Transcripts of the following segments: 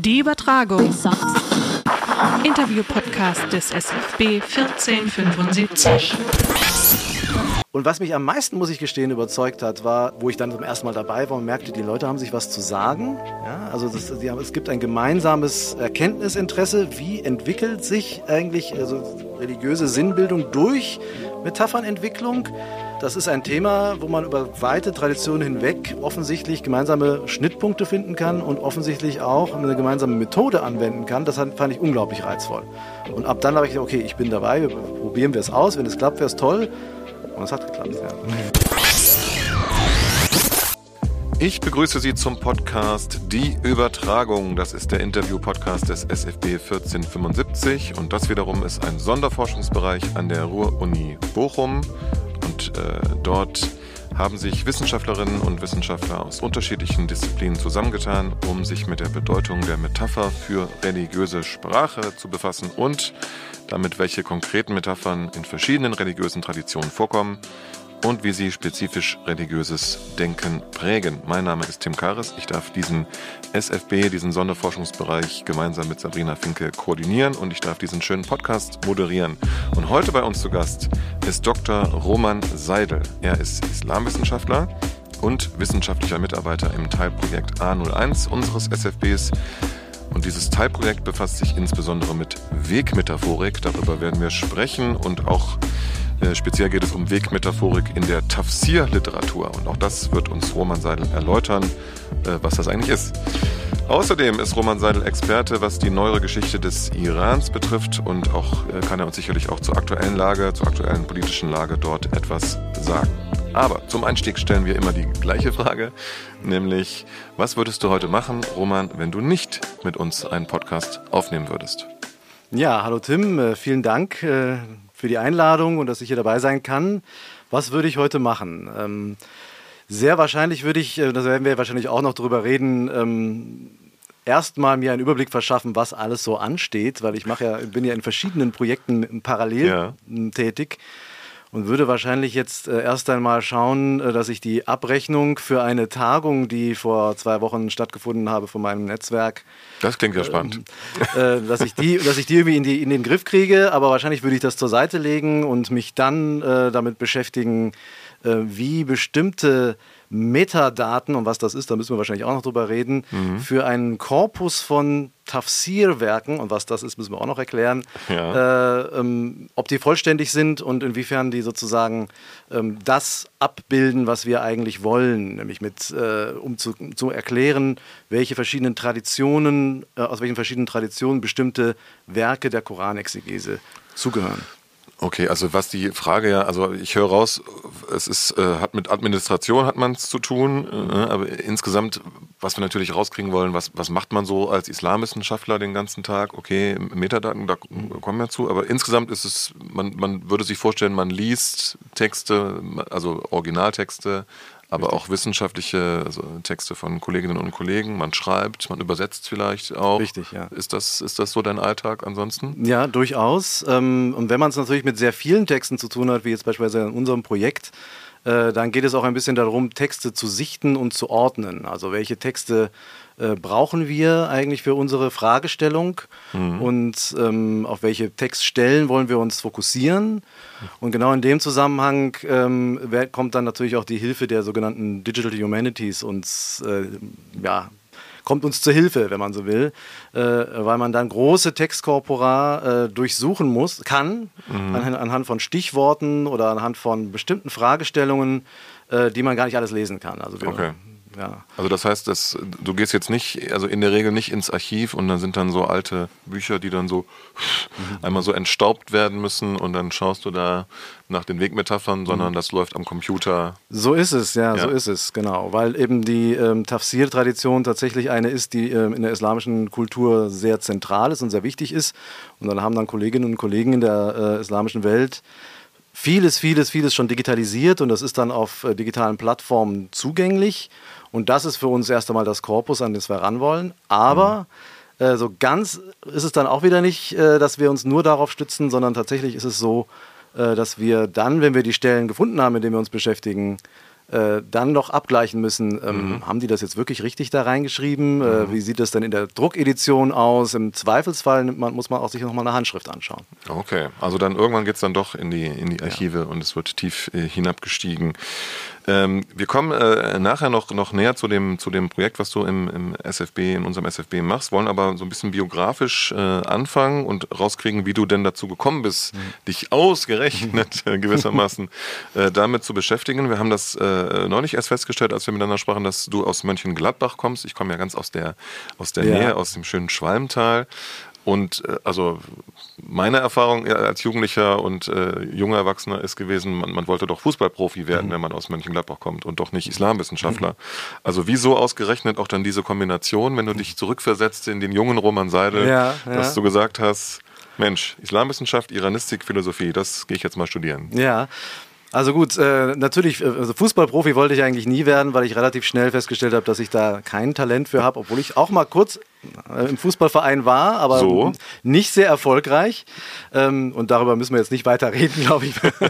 Die Übertragung. Interview-Podcast des SFB 1475. Und was mich am meisten, muss ich gestehen, überzeugt hat, war, wo ich dann zum ersten Mal dabei war und merkte, die Leute haben sich was zu sagen. Ja, also es gibt ein gemeinsames Erkenntnisinteresse. Wie entwickelt sich eigentlich religiöse Sinnbildung durch Metaphernentwicklung? Das ist ein Thema, wo man über weite Traditionen hinweg offensichtlich gemeinsame Schnittpunkte finden kann und offensichtlich auch eine gemeinsame Methode anwenden kann. Das fand ich unglaublich reizvoll. Und ab dann habe ich gesagt, okay, ich bin dabei, probieren wir es aus. Wenn es klappt, wäre es toll. Und es hat geklappt, ja. Ich begrüße Sie zum Podcast Die Übertragung. Das ist der Interview-Podcast des SFB 1475 und das wiederum ist ein Sonderforschungsbereich an der Ruhr-Uni Bochum. Und dort haben sich Wissenschaftlerinnen und Wissenschaftler aus unterschiedlichen Disziplinen zusammengetan, um sich mit der Bedeutung der Metapher für religiöse Sprache zu befassen und damit, welche konkreten Metaphern in verschiedenen religiösen Traditionen vorkommen und wie sie spezifisch religiöses Denken prägen. Mein Name ist Tim Kares. Ich darf diesen SFB, diesen Sonderforschungsbereich gemeinsam mit Sabrina Finke koordinieren und ich darf diesen schönen Podcast moderieren. Und heute bei uns zu Gast ist Dr. Roman Seidel. Er ist Islamwissenschaftler und wissenschaftlicher Mitarbeiter im Teilprojekt A01 unseres SFBs. Und dieses Teilprojekt befasst sich insbesondere mit Wegmetaphorik. Darüber werden wir sprechen und auch speziell geht es um Wegmetaphorik in der Tafsir-Literatur. Und auch das wird uns Roman Seidel erläutern, was das eigentlich ist. Außerdem ist Roman Seidel Experte, was die neuere Geschichte des Irans betrifft und auch kann er uns sicherlich auch zur aktuellen Lage, zur aktuellen politischen Lage dort etwas sagen. Aber zum Einstieg stellen wir immer die gleiche Frage, nämlich, was würdest du heute machen, Roman, wenn du nicht mit uns einen Podcast aufnehmen würdest? Ja, hallo Tim, vielen Dank für die Einladung und dass ich hier dabei sein kann. Was würde ich heute machen? Sehr wahrscheinlich würde ich, da werden wir wahrscheinlich auch noch drüber reden, erstmal mir einen Überblick verschaffen, was alles so ansteht, weil ich bin ja in verschiedenen Projekten parallel tätig. Und würde wahrscheinlich jetzt erst einmal schauen, dass ich die Abrechnung für eine Tagung, die vor 2 Wochen stattgefunden habe von meinem Netzwerk. Das klingt ja spannend. Dass ich die irgendwie in den Griff kriege, aber wahrscheinlich würde ich das zur Seite legen und mich dann damit beschäftigen, wie bestimmte Metadaten, und was das ist, da müssen wir wahrscheinlich auch noch drüber reden, für einen Korpus von Tafsir-Werken, und was das ist, müssen wir auch noch erklären, ob die vollständig sind und inwiefern die sozusagen das abbilden, was wir eigentlich wollen, nämlich um zu erklären, aus welchen verschiedenen Traditionen bestimmte Werke der Koranexegese zugehören. Okay, also was die Frage also ich höre raus, es ist, hat mit Administration hat man es zu tun, aber insgesamt, was wir natürlich rauskriegen wollen, was macht man so als Islamwissenschaftler den ganzen Tag? Okay, Metadaten, da kommen wir zu, aber insgesamt ist es, man würde sich vorstellen, man liest Texte, also Originaltexte, aber auch wissenschaftliche Texte von Kolleginnen und Kollegen. Man schreibt, man übersetzt vielleicht auch. Richtig, ja. Ist das so dein Alltag ansonsten? Ja, durchaus. Und wenn man es natürlich mit sehr vielen Texten zu tun hat, wie jetzt beispielsweise in unserem Projekt, dann geht es auch ein bisschen darum, Texte zu sichten und zu ordnen. Also welche Texte brauchen wir eigentlich für unsere Fragestellung und auf welche Textstellen wollen wir uns fokussieren. Und genau in dem Zusammenhang kommt dann natürlich auch die Hilfe der sogenannten Digital Humanities kommt uns zur Hilfe, wenn man so will, weil man dann große Textkorpora durchsuchen kann, anhand von Stichworten oder anhand von bestimmten Fragestellungen, die man gar nicht alles lesen kann. Also ja. Also das heißt, du gehst jetzt nicht, also in der Regel nicht ins Archiv und dann sind dann so alte Bücher, die dann so einmal so entstaubt werden müssen und dann schaust du da nach den Wegmetaphern, sondern das läuft am Computer. So ist es, so ist es, genau. Weil eben die Tafsir-Tradition tatsächlich eine ist, die in der islamischen Kultur sehr zentral ist und sehr wichtig ist. Und dann haben dann Kolleginnen und Kollegen in der islamischen Welt vieles schon digitalisiert und das ist dann auf digitalen Plattformen zugänglich. Und das ist für uns erst einmal das Korpus, an das wir ran wollen. Aber so ganz ist es dann auch wieder nicht, dass wir uns nur darauf stützen, sondern tatsächlich ist es so, dass wir dann, wenn wir die Stellen gefunden haben, mit denen wir uns beschäftigen, dann noch abgleichen müssen, haben die das jetzt wirklich richtig da reingeschrieben? Wie sieht das denn in der Druckedition aus? Im Zweifelsfall muss man auch sich nochmal eine Handschrift anschauen. Okay, also dann irgendwann geht es dann doch in die Archive und es wird tief hinabgestiegen. Wir kommen nachher noch näher zu dem Projekt, was du in unserem SFB machst, wollen aber so ein bisschen biografisch anfangen und rauskriegen, wie du denn dazu gekommen bist, dich ausgerechnet gewissermaßen damit zu beschäftigen. Wir haben das neulich erst festgestellt, als wir miteinander sprachen, dass du aus Mönchengladbach kommst. Ich komme ja ganz aus der Nähe, aus dem schönen Schwalmtal. Und also meine Erfahrung als Jugendlicher und junger Erwachsener ist gewesen, man wollte doch Fußballprofi werden, wenn man aus Mönchengladbach kommt und doch nicht Islamwissenschaftler. Also wieso ausgerechnet auch dann diese Kombination, wenn du dich zurückversetzt in den jungen Roman Seidel, dass du gesagt hast, Mensch, Islamwissenschaft, Iranistik, Philosophie, das gehe ich jetzt mal studieren. Ja. Also gut, natürlich, also Fußballprofi wollte ich eigentlich nie werden, weil ich relativ schnell festgestellt habe, dass ich da kein Talent für habe, obwohl ich auch mal kurz im Fußballverein war, aber nicht sehr erfolgreich. Und darüber müssen wir jetzt nicht weiter reden, glaube ich.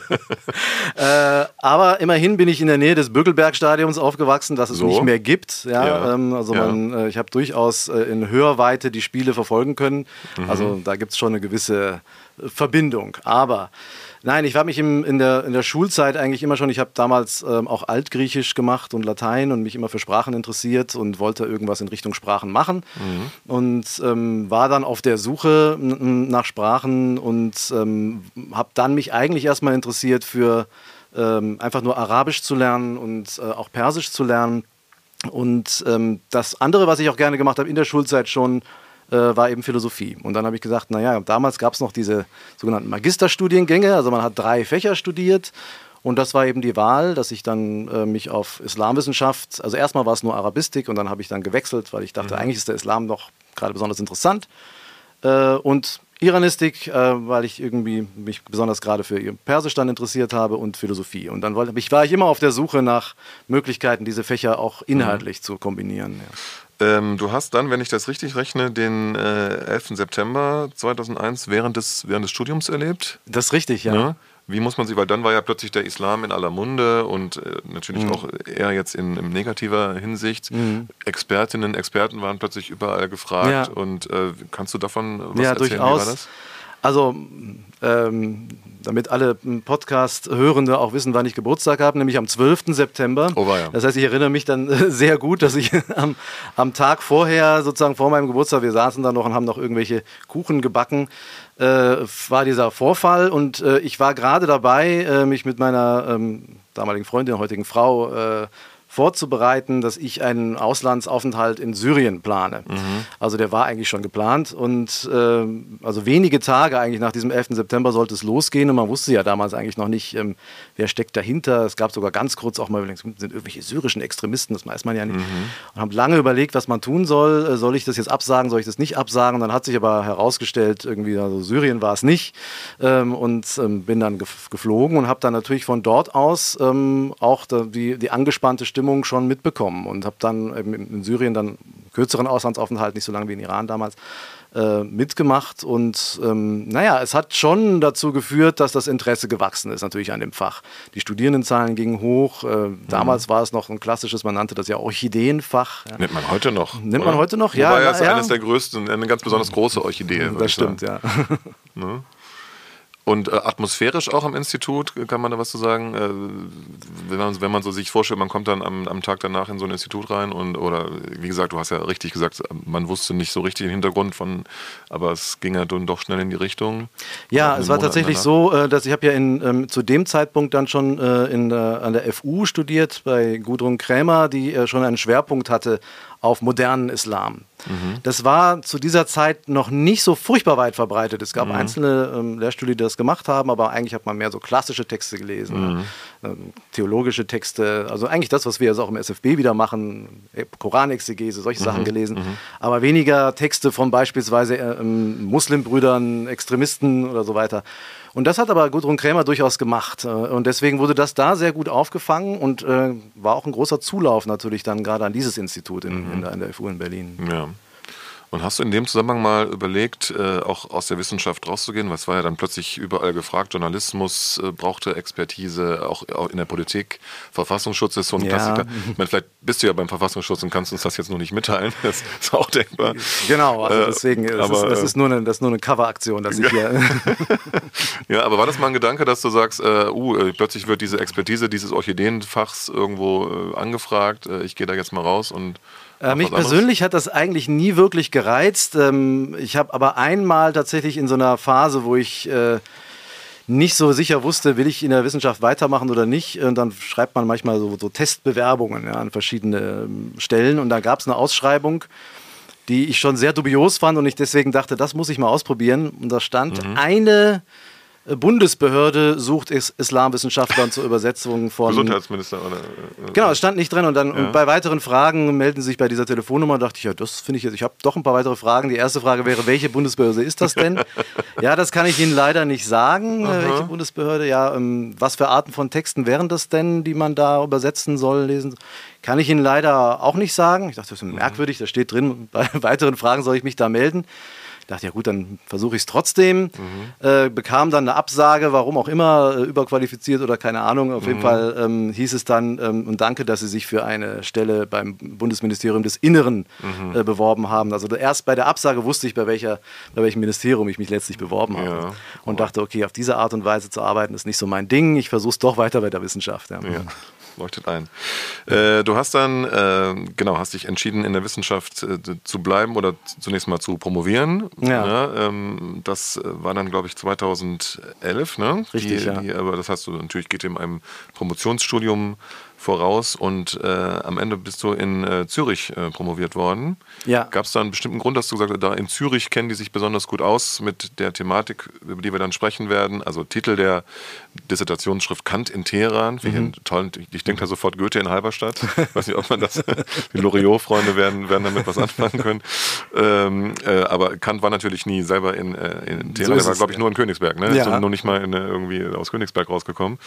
Aber immerhin bin ich in der Nähe des Bökelbergstadions aufgewachsen, das es nicht mehr gibt. Ich habe durchaus in Hörweite die Spiele verfolgen können. Also da gibt es schon eine gewisse Verbindung. Aber nein, ich habe mich in der Schulzeit eigentlich immer schon, ich habe damals auch Altgriechisch gemacht und Latein und mich immer für Sprachen interessiert und wollte irgendwas in Richtung Sprachen machen und war dann auf der Suche nach Sprachen und habe dann mich eigentlich erstmal interessiert für einfach nur Arabisch zu lernen und auch Persisch zu lernen. Und das andere, was ich auch gerne gemacht habe in der Schulzeit schon, war eben Philosophie. Und dann habe ich gesagt, naja, damals gab es noch diese sogenannten Magisterstudiengänge, also man hat 3 Fächer studiert und das war eben die Wahl, dass ich dann mich auf Islamwissenschaft, also erstmal war es nur Arabistik und dann habe ich dann gewechselt, weil ich dachte, eigentlich ist der Islam doch gerade besonders interessant und Iranistik, weil ich irgendwie mich besonders gerade für Persisch dann interessiert habe und Philosophie. Und dann war ich immer auf der Suche nach Möglichkeiten, diese Fächer auch inhaltlich zu kombinieren. Ja. Du hast dann, wenn ich das richtig rechne, den 11. September 2001 während des Studiums erlebt. Das ist richtig, ja. Wie muss man sich, weil dann war ja plötzlich der Islam in aller Munde und natürlich auch eher jetzt in negativer Hinsicht. Expertinnen, Experten waren plötzlich überall gefragt. Und kannst du davon was erzählen? Durchaus. Wie war das? Also, damit alle Podcast-Hörende auch wissen, wann ich Geburtstag habe, nämlich am 12. September. Oh, war ja. Das heißt, ich erinnere mich dann sehr gut, dass ich am Tag vorher, sozusagen vor meinem Geburtstag, wir saßen da noch und haben noch irgendwelche Kuchen gebacken, war dieser Vorfall und ich war gerade dabei, mich mit meiner damaligen Freundin, heutigen Frau, vorzubereiten, dass ich einen Auslandsaufenthalt in Syrien plane. Also der war eigentlich schon geplant und also wenige Tage eigentlich nach diesem 11. September sollte es losgehen und man wusste ja damals eigentlich noch nicht, wer steckt dahinter. Es gab sogar ganz kurz auch mal, sind irgendwelche syrischen Extremisten, das weiß man ja nicht. Und haben lange überlegt, was man tun soll. Soll ich das jetzt absagen, soll ich das nicht absagen? Und dann hat sich aber herausgestellt, irgendwie, also Syrien war es nicht und bin dann geflogen und habe dann natürlich von dort aus auch die angespannte Stimmung schon mitbekommen und habe dann in Syrien dann kürzeren Auslandsaufenthalt, nicht so lange wie in Iran damals, mitgemacht und es hat schon dazu geführt, dass das Interesse gewachsen ist natürlich an dem Fach. Die Studierendenzahlen gingen hoch, damals war es noch ein klassisches, man nannte das ja Orchideenfach. Ja. Nennt man heute noch. Nennt man heute noch, ja. Wobei es eines der größten, eine ganz besonders große Orchidee. Das stimmt, ja. Ne? Und atmosphärisch auch am Institut, kann man da was zu sagen? Wenn man so sich vorstellt, man kommt dann am Tag danach in so ein Institut rein oder wie gesagt, du hast ja richtig gesagt, man wusste nicht so richtig den Hintergrund aber es ging ja dann doch schnell in die Richtung. Ja, es war tatsächlich so, dass ich habe ja zu dem Zeitpunkt dann schon an der FU studiert bei Gudrun Krämer, die schon einen Schwerpunkt hatte auf modernen Islam. Das war zu dieser Zeit noch nicht so furchtbar weit verbreitet. Es gab einzelne Lehrstühle, die das gemacht haben, aber eigentlich hat man mehr so klassische Texte gelesen, theologische Texte, also eigentlich das, was wir jetzt auch im SFB wieder machen, Koranexegese, solche Sachen gelesen, aber weniger Texte von beispielsweise Muslimbrüdern, Extremisten oder so weiter. Und das hat aber Gudrun Krämer durchaus gemacht. Und deswegen wurde das da sehr gut aufgefangen und war auch ein großer Zulauf natürlich dann gerade an dieses Institut in der FU in Berlin. Ja. Und hast du in dem Zusammenhang mal überlegt, auch aus der Wissenschaft rauszugehen? Was war ja dann plötzlich überall gefragt? Journalismus brauchte Expertise, auch in der Politik. Verfassungsschutz ist so ein Klassiker. Ich meine, vielleicht bist du ja beim Verfassungsschutz und kannst uns das jetzt noch nicht mitteilen. Das ist auch denkbar. Genau, also deswegen, das ist nur eine Coveraktion, dass ich hier... Ja, aber war das mal ein Gedanke, dass du sagst, plötzlich wird diese Expertise dieses Orchideenfachs irgendwo angefragt, ich gehe da jetzt mal raus und... Mich persönlich hat das eigentlich nie wirklich gereizt. Ich habe aber einmal tatsächlich in so einer Phase, wo ich nicht so sicher wusste, will ich in der Wissenschaft weitermachen oder nicht. Und dann schreibt man manchmal so Testbewerbungen an verschiedene Stellen. Und da gab es eine Ausschreibung, die ich schon sehr dubios fand und ich deswegen dachte, das muss ich mal ausprobieren. Und da stand eine Bundesbehörde sucht Islamwissenschaftlern zur Übersetzung von... Gesundheitsminister oder... Genau, es stand nicht drin. Und dann und bei weiteren Fragen melden sie sich bei dieser Telefonnummer und dachte ich, ja, das finde ich jetzt... Ich habe doch ein paar weitere Fragen. Die erste Frage wäre, welche Bundesbehörde ist das denn? Ja, das kann ich Ihnen leider nicht sagen. Welche Bundesbehörde? Ja, was für Arten von Texten wären das denn, die man da übersetzen soll, lesen? Kann ich Ihnen leider auch nicht sagen. Ich dachte, das ist merkwürdig, da steht drin, bei weiteren Fragen soll ich mich da melden. Ich dachte, ja gut, dann versuche ich es trotzdem. Bekam dann eine Absage, warum auch immer, überqualifiziert oder keine Ahnung. Auf jeden Fall hieß es dann, und danke, dass Sie sich für eine Stelle beim Bundesministerium des Inneren beworben haben. Also erst bei der Absage wusste ich, bei welchem Ministerium ich mich letztlich beworben habe. Ja. Und dachte, okay, auf diese Art und Weise zu arbeiten, ist nicht so mein Ding. Ich versuche es doch weiter bei der Wissenschaft. Ja. Leuchtet ein. Du hast dann, hast dich entschieden, in der Wissenschaft zu bleiben oder zunächst mal zu promovieren. Ja. Das war dann, glaube ich, 2011, ne? Richtig, aber das hast du natürlich, geht in einem Promotionsstudium voraus und am Ende bist du in Zürich promoviert worden. Ja. Gab es da einen bestimmten Grund, dass du gesagt hast, da in Zürich kennen die sich besonders gut aus mit der Thematik, über die wir dann sprechen werden? Also Titel der Dissertationsschrift Kant in Teheran. Toll. Ich denke da sofort Goethe in Halberstadt. Ich weiß nicht, ob man das, die Loriot-Freunde werden damit was anfangen können. Aber Kant war natürlich nie selber in Teheran. So er war, glaube ich, nur in Königsberg. Ne? Ja. Ist nur nicht mal irgendwie aus Königsberg rausgekommen.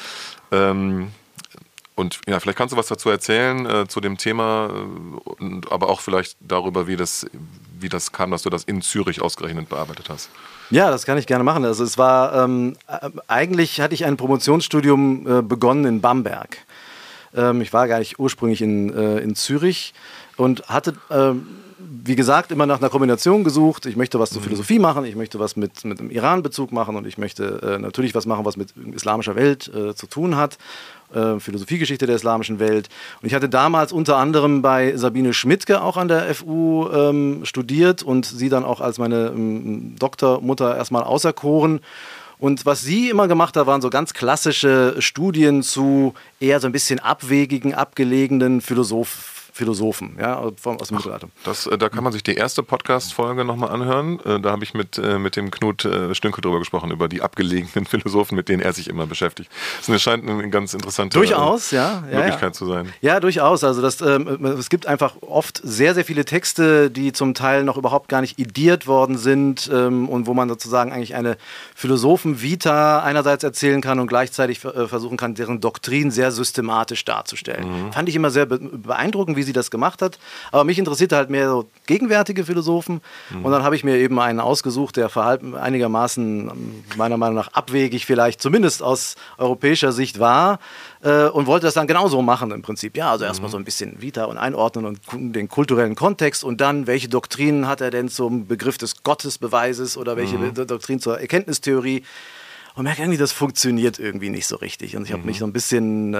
Und ja, vielleicht kannst du was dazu erzählen zu dem Thema, aber auch vielleicht darüber, wie das kam, dass du das in Zürich ausgerechnet bearbeitet hast. Ja, das kann ich gerne machen. Also es war, eigentlich hatte ich ein Promotionsstudium begonnen in Bamberg. Ich war gar nicht ursprünglich in Zürich und hatte, wie gesagt, immer nach einer Kombination gesucht. Ich möchte was zur Philosophie machen, ich möchte was mit einem Iran-Bezug machen und ich möchte natürlich was machen, was mit islamischer Welt zu tun hat. Philosophiegeschichte der islamischen Welt. Und ich hatte damals unter anderem bei Sabine Schmidtke auch an der FU studiert und sie dann auch als meine Doktormutter erstmal auserkoren. Und was sie immer gemacht hat, waren so ganz klassische Studien zu eher so ein bisschen abwegigen, abgelegenen Philosophen, ja, aus dem Mittelalter. Da kann man sich die erste Podcast-Folge nochmal anhören. Da habe ich mit dem Knut Stünke drüber gesprochen, über die abgelegenen Philosophen, mit denen er sich immer beschäftigt. Das scheint eine ganz interessante Möglichkeit zu sein. Ja, durchaus. Also es gibt einfach oft sehr, sehr viele Texte, die zum Teil noch überhaupt gar nicht ediert worden sind und wo man sozusagen eigentlich eine Philosophen-Vita einerseits erzählen kann und gleichzeitig versuchen kann, deren Doktrin sehr systematisch darzustellen. Fand ich immer sehr beeindruckend, wie sie das gemacht hat. Aber mich interessierte halt mehr so gegenwärtige Philosophen. Und dann habe ich mir eben einen ausgesucht, der einigermaßen meiner Meinung nach abwegig vielleicht, zumindest aus europäischer Sicht war und wollte das dann genauso machen im Prinzip. Ja, also erstmal so ein bisschen Vita und einordnen und den kulturellen Kontext und dann, welche Doktrinen hat er denn zum Begriff des Gottesbeweises oder welche Doktrin zur Erkenntnistheorie. Und merke irgendwie, das funktioniert irgendwie nicht so richtig. Und ich habe mich so ein bisschen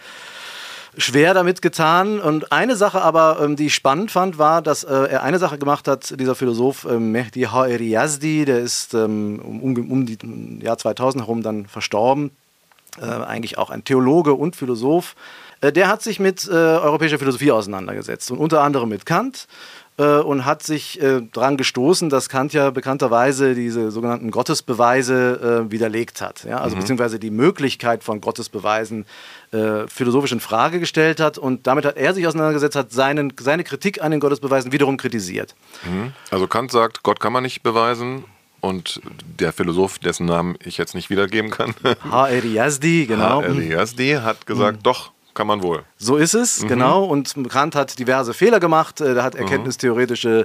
schwer damit getan. Und eine Sache aber, die ich spannend fand, war, dass er eine Sache gemacht hat, dieser Philosoph Mehdi Ha'eri Yazdi, der ist um die Jahr 2000 herum dann verstorben, eigentlich auch ein Theologe und Philosoph. Der hat sich mit europäischer Philosophie auseinandergesetzt und unter anderem mit Kant und hat sich daran gestoßen, dass Kant ja bekannterweise diese sogenannten Gottesbeweise widerlegt hat. Ja? Also beziehungsweise die Möglichkeit von Gottesbeweisen philosophisch in Frage gestellt hat und damit hat er sich auseinandergesetzt, hat seine Kritik an den Gottesbeweisen wiederum kritisiert. Also Kant sagt, Gott kann man nicht beweisen. Und der Philosoph, dessen Namen ich jetzt nicht wiedergeben kann, Ha'eri Yazdi, genau. Ha'eri Yazdi hat gesagt, doch, kann man wohl. So ist es, genau. Und Kant hat diverse Fehler gemacht. Er hat erkenntnistheoretische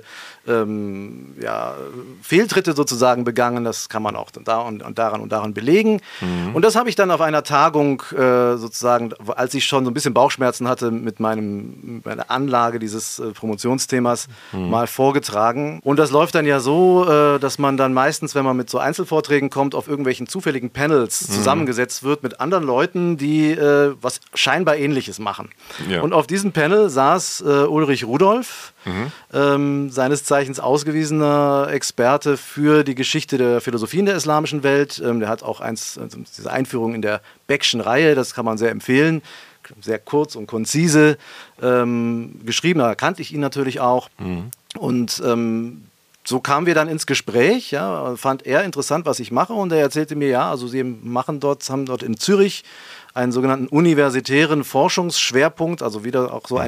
Fehltritte sozusagen begangen. Das kann man auch daran belegen. Und das habe ich dann auf einer Tagung sozusagen, als ich schon so ein bisschen Bauchschmerzen hatte mit meiner Anlage dieses Promotionsthemas, mal vorgetragen. Und das läuft dann ja so, dass man dann meistens, wenn man mit so Einzelvorträgen kommt, auf irgendwelchen zufälligen Panels zusammengesetzt wird mit anderen Leuten, die was scheinbar Ähnliches machen. Ja. Und auf diesem Panel saß Ulrich Rudolph, seines Zeichens ausgewiesener Experte für die Geschichte der Philosophie in der islamischen Welt. Der hat auch diese Einführung in der Beck'schen Reihe, das kann man sehr empfehlen, sehr kurz und konzise geschrieben. Da kannte ich ihn natürlich auch. Und so kamen wir dann ins Gespräch, ja, fand er interessant, was ich mache, und er erzählte mir, ja, also sie haben dort in Zürich einen sogenannten universitären Forschungsschwerpunkt, also wieder auch so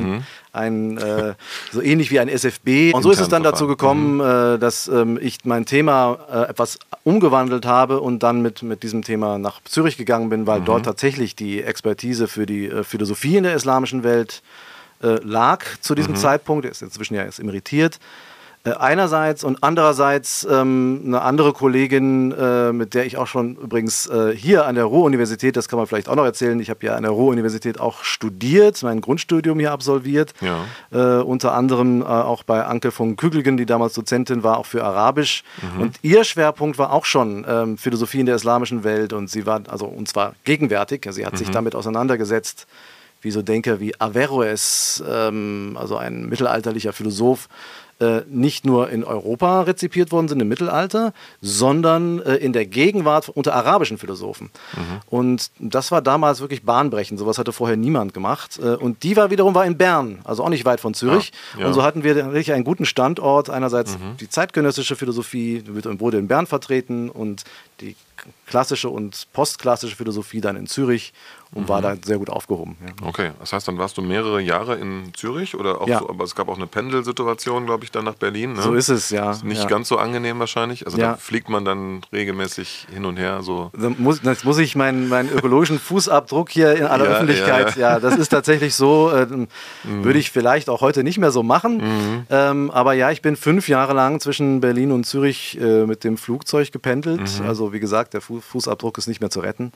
so ähnlich wie ein SFB. Und so ist es dann dazu gekommen, dass ich mein Thema etwas umgewandelt habe und dann mit diesem Thema nach Zürich gegangen bin, weil dort tatsächlich die Expertise für die Philosophie in der islamischen Welt lag zu diesem Zeitpunkt. Er ist inzwischen ja erst emeritiert. Einerseits und andererseits eine andere Kollegin, mit der ich auch schon übrigens hier an der Ruhr-Universität, das kann man vielleicht auch noch erzählen, ich habe ja an der Ruhr-Universität auch studiert, mein Grundstudium hier absolviert, unter anderem auch bei Anke von Kügelgen, die damals Dozentin war, auch für Arabisch, und ihr Schwerpunkt war auch schon Philosophie in der islamischen Welt, und sie war, und zwar gegenwärtig, sie hat sich damit auseinandergesetzt, wie so Denker wie Averroes, also ein mittelalterlicher Philosoph, nicht nur in Europa rezipiert worden sind im Mittelalter, sondern in der Gegenwart unter arabischen Philosophen. Und das war damals wirklich bahnbrechend. Sowas hatte vorher niemand gemacht. Und die wiederum war in Bern, also auch nicht weit von Zürich. Und so hatten wir wirklich einen guten Standort. Einerseits die zeitgenössische Philosophie wurde in Bern vertreten und die klassische und postklassische Philosophie dann in Zürich und war da sehr gut aufgehoben. Ja. Okay, das heißt, dann warst du mehrere Jahre in Zürich oder auch so, aber es gab auch eine Pendelsituation, glaube ich, dann nach Berlin. Ne? So ist es, ja. Ist nicht ganz so angenehm wahrscheinlich. Also da fliegt man dann regemäßig hin und her. So. Jetzt muss ich meinen ökologischen Fußabdruck hier in aller Öffentlichkeit, das ist tatsächlich so, würde ich vielleicht auch heute nicht mehr so machen. Aber ja, ich bin 5 Jahre lang zwischen Berlin und Zürich mit dem Flugzeug gependelt. Also wie gesagt, der Fußabdruck ist nicht mehr zu retten.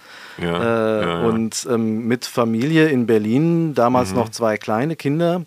Und mit Familie in Berlin, damals noch 2 kleine Kinder,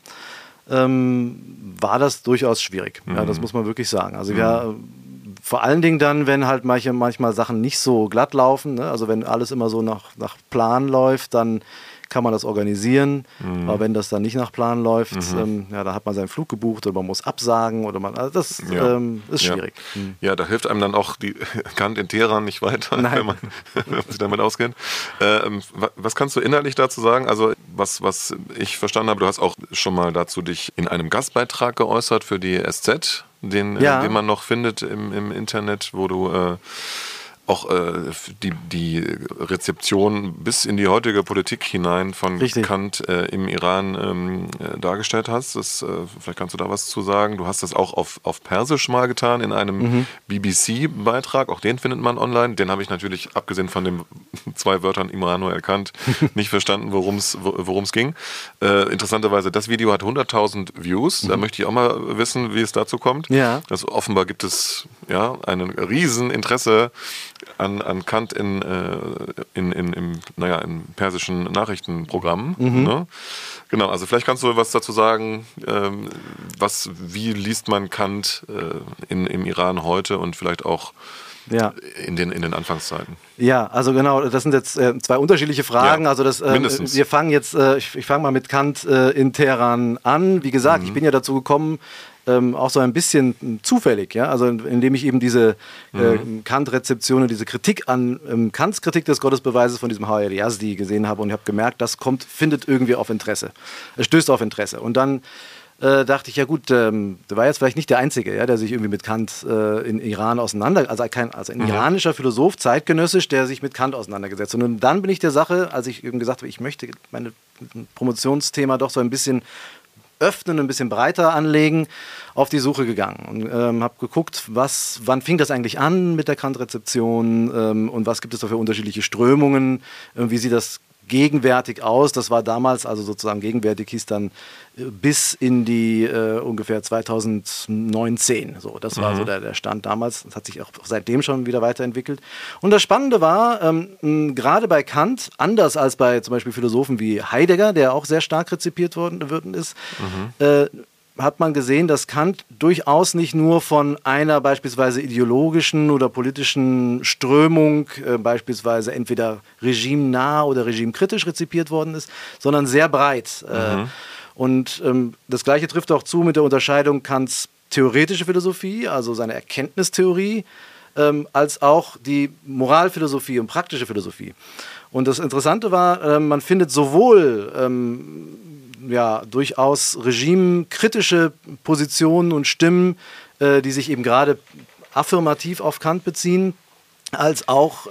war das durchaus schwierig. Ja, das muss man wirklich sagen. Also vor allen Dingen dann, wenn halt manchmal Sachen nicht so glatt laufen, ne? Also wenn alles immer so nach Plan läuft, dann kann man das organisieren, aber wenn das dann nicht nach Plan läuft, da hat man seinen Flug gebucht oder man muss absagen oder das ist schwierig. Ja, da hilft einem dann auch die Kant in Teheran nicht weiter, wenn man sich damit auskennt. Was kannst du inhaltlich dazu sagen? Also was ich verstanden habe, du hast auch schon mal dazu dich in einem Gastbeitrag geäußert für die SZ, den man noch findet im Internet, wo du auch die Rezeption bis in die heutige Politik hinein von Kant im Iran dargestellt hast. Vielleicht kannst du da was zu sagen. Du hast das auch auf Persisch mal getan in einem BBC-Beitrag. Auch den findet man online. Den habe ich natürlich, abgesehen von den 2 Wörtern Immanuel Kant, nicht verstanden, worum es ging. Interessanterweise, das Video hat 100.000 Views. Da möchte ich auch mal wissen, wie es dazu kommt. Ja. Also offenbar gibt es ein Rieseninteresse an Kant in persischen Nachrichtenprogrammen. Ne? Genau, also vielleicht kannst du was dazu sagen, wie liest man Kant im Iran heute und vielleicht auch in den Anfangszeiten. Ja, also genau, das sind jetzt 2 unterschiedliche Fragen. Also mindestens. Wir fangen jetzt, ich fange mal mit Kant in Teheran an. Wie gesagt, ich bin ja dazu gekommen, auch so ein bisschen zufällig, also indem ich eben diese Kant-Rezeption und diese Kritik an Kants Kritik des Gottesbeweises von diesem Hayat Yazdi gesehen habe und habe gemerkt, das findet irgendwie auf Interesse. Es stößt auf Interesse. Und dann dachte ich, ja gut, der war jetzt vielleicht nicht der Einzige, der sich irgendwie mit Kant in Iran also ein iranischer Philosoph, zeitgenössisch, der sich mit Kant auseinandergesetzt hat. Und dann bin ich der Sache, als ich eben gesagt habe, ich möchte mein Promotionsthema doch so ein bisschen öffnen, ein bisschen breiter anlegen, auf die Suche gegangen und habe geguckt, wann fing das eigentlich an mit der Kant-Rezeption und was gibt es da für unterschiedliche Strömungen, wie sieht das gegenwärtig aus. Das war damals, also sozusagen gegenwärtig hieß dann bis in die ungefähr 2019. So, das war so der Stand damals. Das hat sich auch seitdem schon wieder weiterentwickelt. Und das Spannende war, gerade bei Kant, anders als bei zum Beispiel Philosophen wie Heidegger, der auch sehr stark rezipiert worden ist, hat man gesehen, dass Kant durchaus nicht nur von einer beispielsweise ideologischen oder politischen Strömung, beispielsweise entweder regimenah oder regimekritisch rezipiert worden ist, sondern sehr breit. Und das Gleiche trifft auch zu mit der Unterscheidung Kants theoretische Philosophie, also seine Erkenntnistheorie, als auch die Moralphilosophie und praktische Philosophie. Und das Interessante war, man findet sowohl durchaus regimekritische Positionen und Stimmen, die sich eben gerade affirmativ auf Kant beziehen, als auch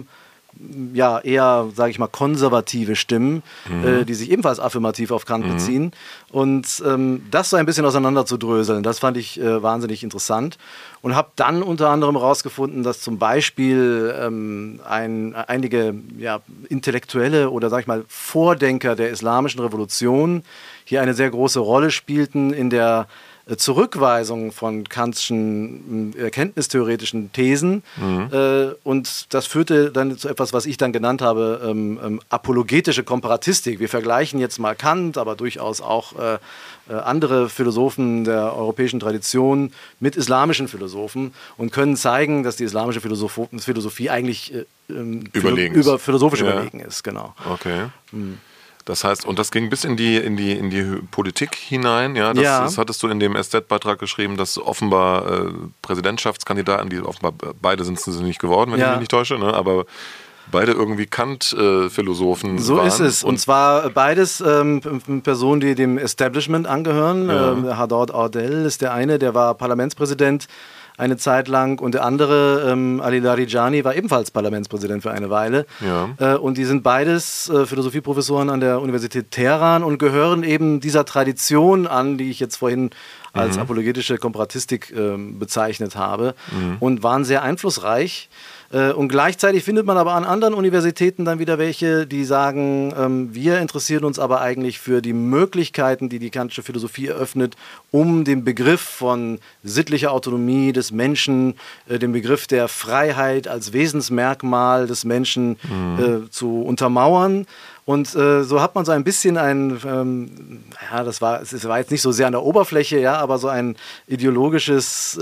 eher, sage ich mal, konservative Stimmen, die sich ebenfalls affirmativ auf Kant beziehen. Und das so ein bisschen auseinanderzudröseln, das fand ich wahnsinnig interessant. Und habe dann unter anderem herausgefunden, dass zum Beispiel einige Intellektuelle oder, sag ich mal, Vordenker der islamischen Revolution hier eine sehr große Rolle spielten in der Zurückweisung von Kantschen erkenntnistheoretischen Thesen. Und das führte dann zu etwas, was ich dann genannt habe, apologetische Komparatistik. Wir vergleichen jetzt mal Kant, aber durchaus auch andere Philosophen der europäischen Tradition mit islamischen Philosophen und können zeigen, dass die islamische Philosophie eigentlich philosophisch überlegen ist. Genau. Okay. Das heißt, und das ging bis in die Politik hinein, ja? Das hattest du in dem SZ-Beitrag geschrieben, dass offenbar Präsidentschaftskandidaten, die offenbar beide sind sie nicht geworden, wenn ich mich nicht täusche, ne? Aber beide irgendwie Kant-Philosophen so waren. So ist es. Und zwar beides Personen, die dem Establishment angehören. Hadad Ardel ist der eine, der war Parlamentspräsident eine Zeit lang, und der andere, Ali Larijani, war ebenfalls Parlamentspräsident für eine Weile. Und die sind beides Philosophieprofessoren an der Universität Teheran und gehören eben dieser Tradition an, die ich jetzt vorhin als apologetische Komparatistik bezeichnet habe, und waren sehr einflussreich. Und gleichzeitig findet man aber an anderen Universitäten dann wieder welche, die sagen, wir interessieren uns aber eigentlich für die Möglichkeiten, die die kantische Philosophie eröffnet, um den Begriff von sittlicher Autonomie des Menschen, den Begriff der Freiheit als Wesensmerkmal des Menschen zu untermauern. Und so hat man so ein bisschen es war jetzt nicht so sehr an der Oberfläche, aber so ein ideologisches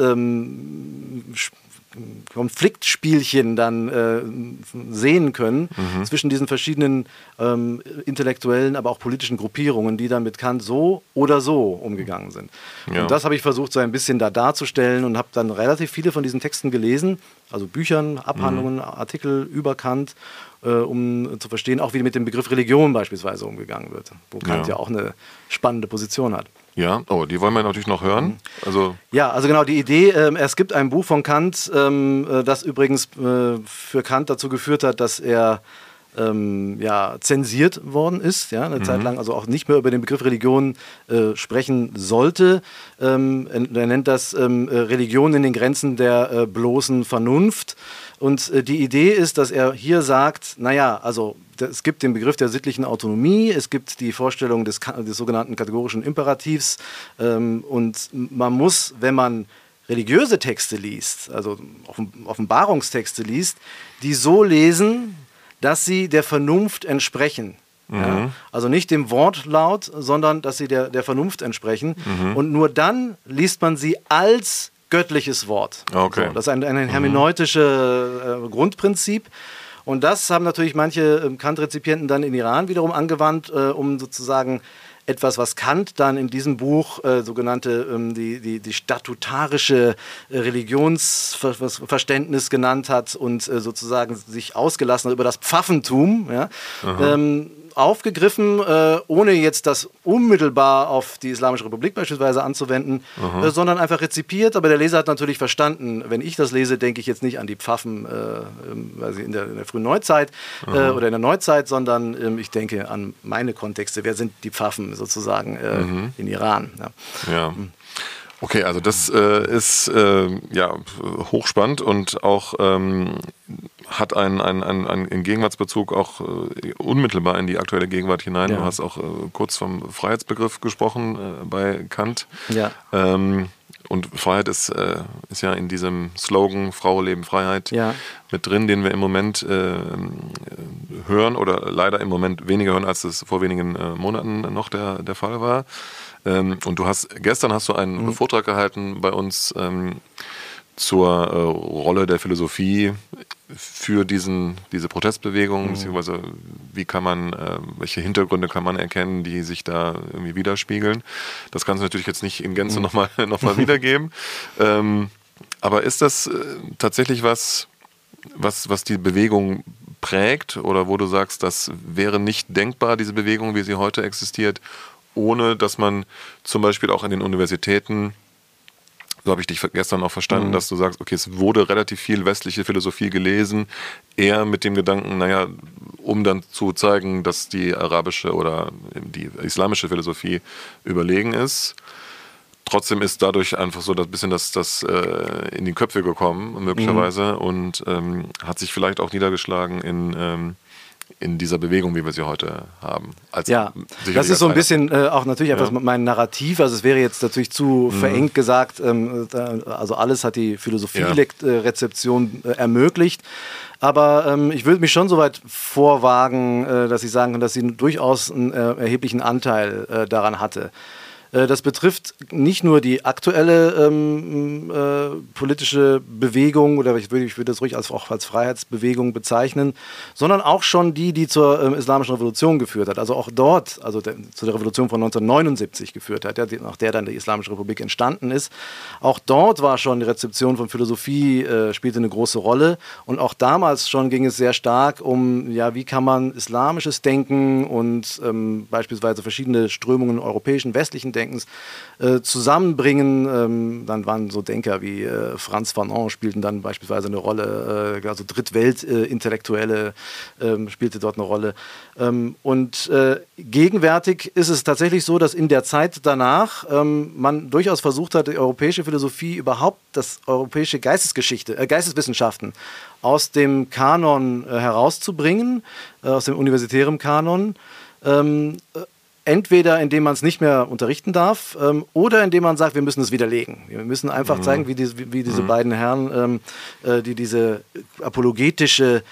Konfliktspielchen dann sehen können zwischen diesen verschiedenen intellektuellen, aber auch politischen Gruppierungen, die dann mit Kant so oder so umgegangen sind. Und das habe ich versucht, so ein bisschen da darzustellen, und habe dann relativ viele von diesen Texten gelesen, also Büchern, Abhandlungen, Artikel über Kant, um zu verstehen, auch wie mit dem Begriff Religion beispielsweise umgegangen wird, wo Kant ja auch eine spannende Position hat. Ja, die wollen wir natürlich noch hören. Also genau, die Idee, es gibt ein Buch von Kant, das übrigens für Kant dazu geführt hat, dass er zensiert worden ist, eine Zeit lang, also auch nicht mehr über den Begriff Religion sprechen sollte. Er nennt das Religion in den Grenzen der bloßen Vernunft. Und die Idee ist, dass er hier sagt, also es gibt den Begriff der sittlichen Autonomie, es gibt die Vorstellung des sogenannten kategorischen Imperativs, und man muss, wenn man religiöse Texte liest, also Offenbarungstexte liest, die so lesen, dass sie der Vernunft entsprechen. Also nicht dem Wortlaut, sondern dass sie der Vernunft entsprechen. Und nur dann liest man sie als göttliches Wort. Okay. So, das ist ein hermeneutisches Grundprinzip. Und das haben natürlich manche Kant-Rezipienten dann in Iran wiederum angewandt, um sozusagen etwas, was Kant dann in diesem Buch sogenannte die statutarische Religionsverständnis genannt hat und sozusagen sich ausgelassen hat über das Pfaffentum, aufgegriffen, ohne jetzt das unmittelbar auf die Islamische Republik beispielsweise anzuwenden, sondern einfach rezipiert. Aber der Leser hat natürlich verstanden, wenn ich das lese, denke ich jetzt nicht an die Pfaffen in der frühen Neuzeit oder in der Neuzeit, sondern ich denke an meine Kontexte. Wer sind die Pfaffen sozusagen in Iran? Ja. Okay, also das ist hochspannend und auch hat einen Gegenwartsbezug auch unmittelbar in die aktuelle Gegenwart hinein. Ja. Du hast auch kurz vom Freiheitsbegriff gesprochen bei Kant. Ja. Und Freiheit ist ja in diesem Slogan Frau, Leben, Freiheit mit drin, den wir im Moment hören oder leider im Moment weniger hören, als es vor wenigen Monaten noch der Fall war. Und gestern hast du einen Vortrag gehalten bei uns zur Rolle der Philosophie für diese Protestbewegung, beziehungsweise welche Hintergründe kann man erkennen, die sich da irgendwie widerspiegeln. Das kannst du natürlich jetzt nicht in Gänze nochmal wiedergeben. Aber ist das tatsächlich was die Bewegung prägt oder wo du sagst, das wäre nicht denkbar, diese Bewegung, wie sie heute existiert, ohne dass man zum Beispiel auch in den Universitäten, so habe ich dich gestern auch verstanden, dass du sagst, okay, es wurde relativ viel westliche Philosophie gelesen, eher mit dem Gedanken, naja, um dann zu zeigen, dass die arabische oder die islamische Philosophie überlegen ist. Trotzdem ist dadurch einfach so ein bisschen das in die Köpfe gekommen, möglicherweise, und hat sich vielleicht auch niedergeschlagen in dieser Bewegung, wie wir sie heute haben. Das ist so ein bisschen auch natürlich etwas mit meinem Narrativ. Also es wäre jetzt natürlich zu verengt gesagt, also alles hat die Philosophie-Rezeption ermöglicht. Aber ich würde mich schon so weit vorwagen, dass ich sagen kann, dass sie durchaus einen erheblichen Anteil daran hatte. Das betrifft nicht nur die aktuelle politische Bewegung, oder ich würde das ruhig auch als Freiheitsbewegung bezeichnen, sondern auch schon die zur Islamischen Revolution geführt hat. Also auch dort, zu der Revolution von 1979 geführt hat, nach der dann die Islamische Republik entstanden ist. Auch dort war schon die Rezeption von Philosophie, spielte eine große Rolle. Und auch damals schon ging es sehr stark um, wie kann man islamisches Denken und beispielsweise verschiedene Strömungen europäischen, westlichen Denkens zusammenbringen. Dann waren so Denker wie Frantz Fanon spielten dann beispielsweise eine Rolle, also Drittwelt-Intellektuelle spielte dort eine Rolle. Und gegenwärtig ist es tatsächlich so, dass in der Zeit danach man durchaus versucht hat, die europäische Philosophie überhaupt, das europäische Geisteswissenschaften aus dem Kanon herauszubringen, aus dem universitären Kanon. Entweder indem man es nicht mehr unterrichten darf oder indem man sagt, wir müssen es widerlegen. Wir müssen einfach zeigen, wie diese beiden Herren, die diese apologetische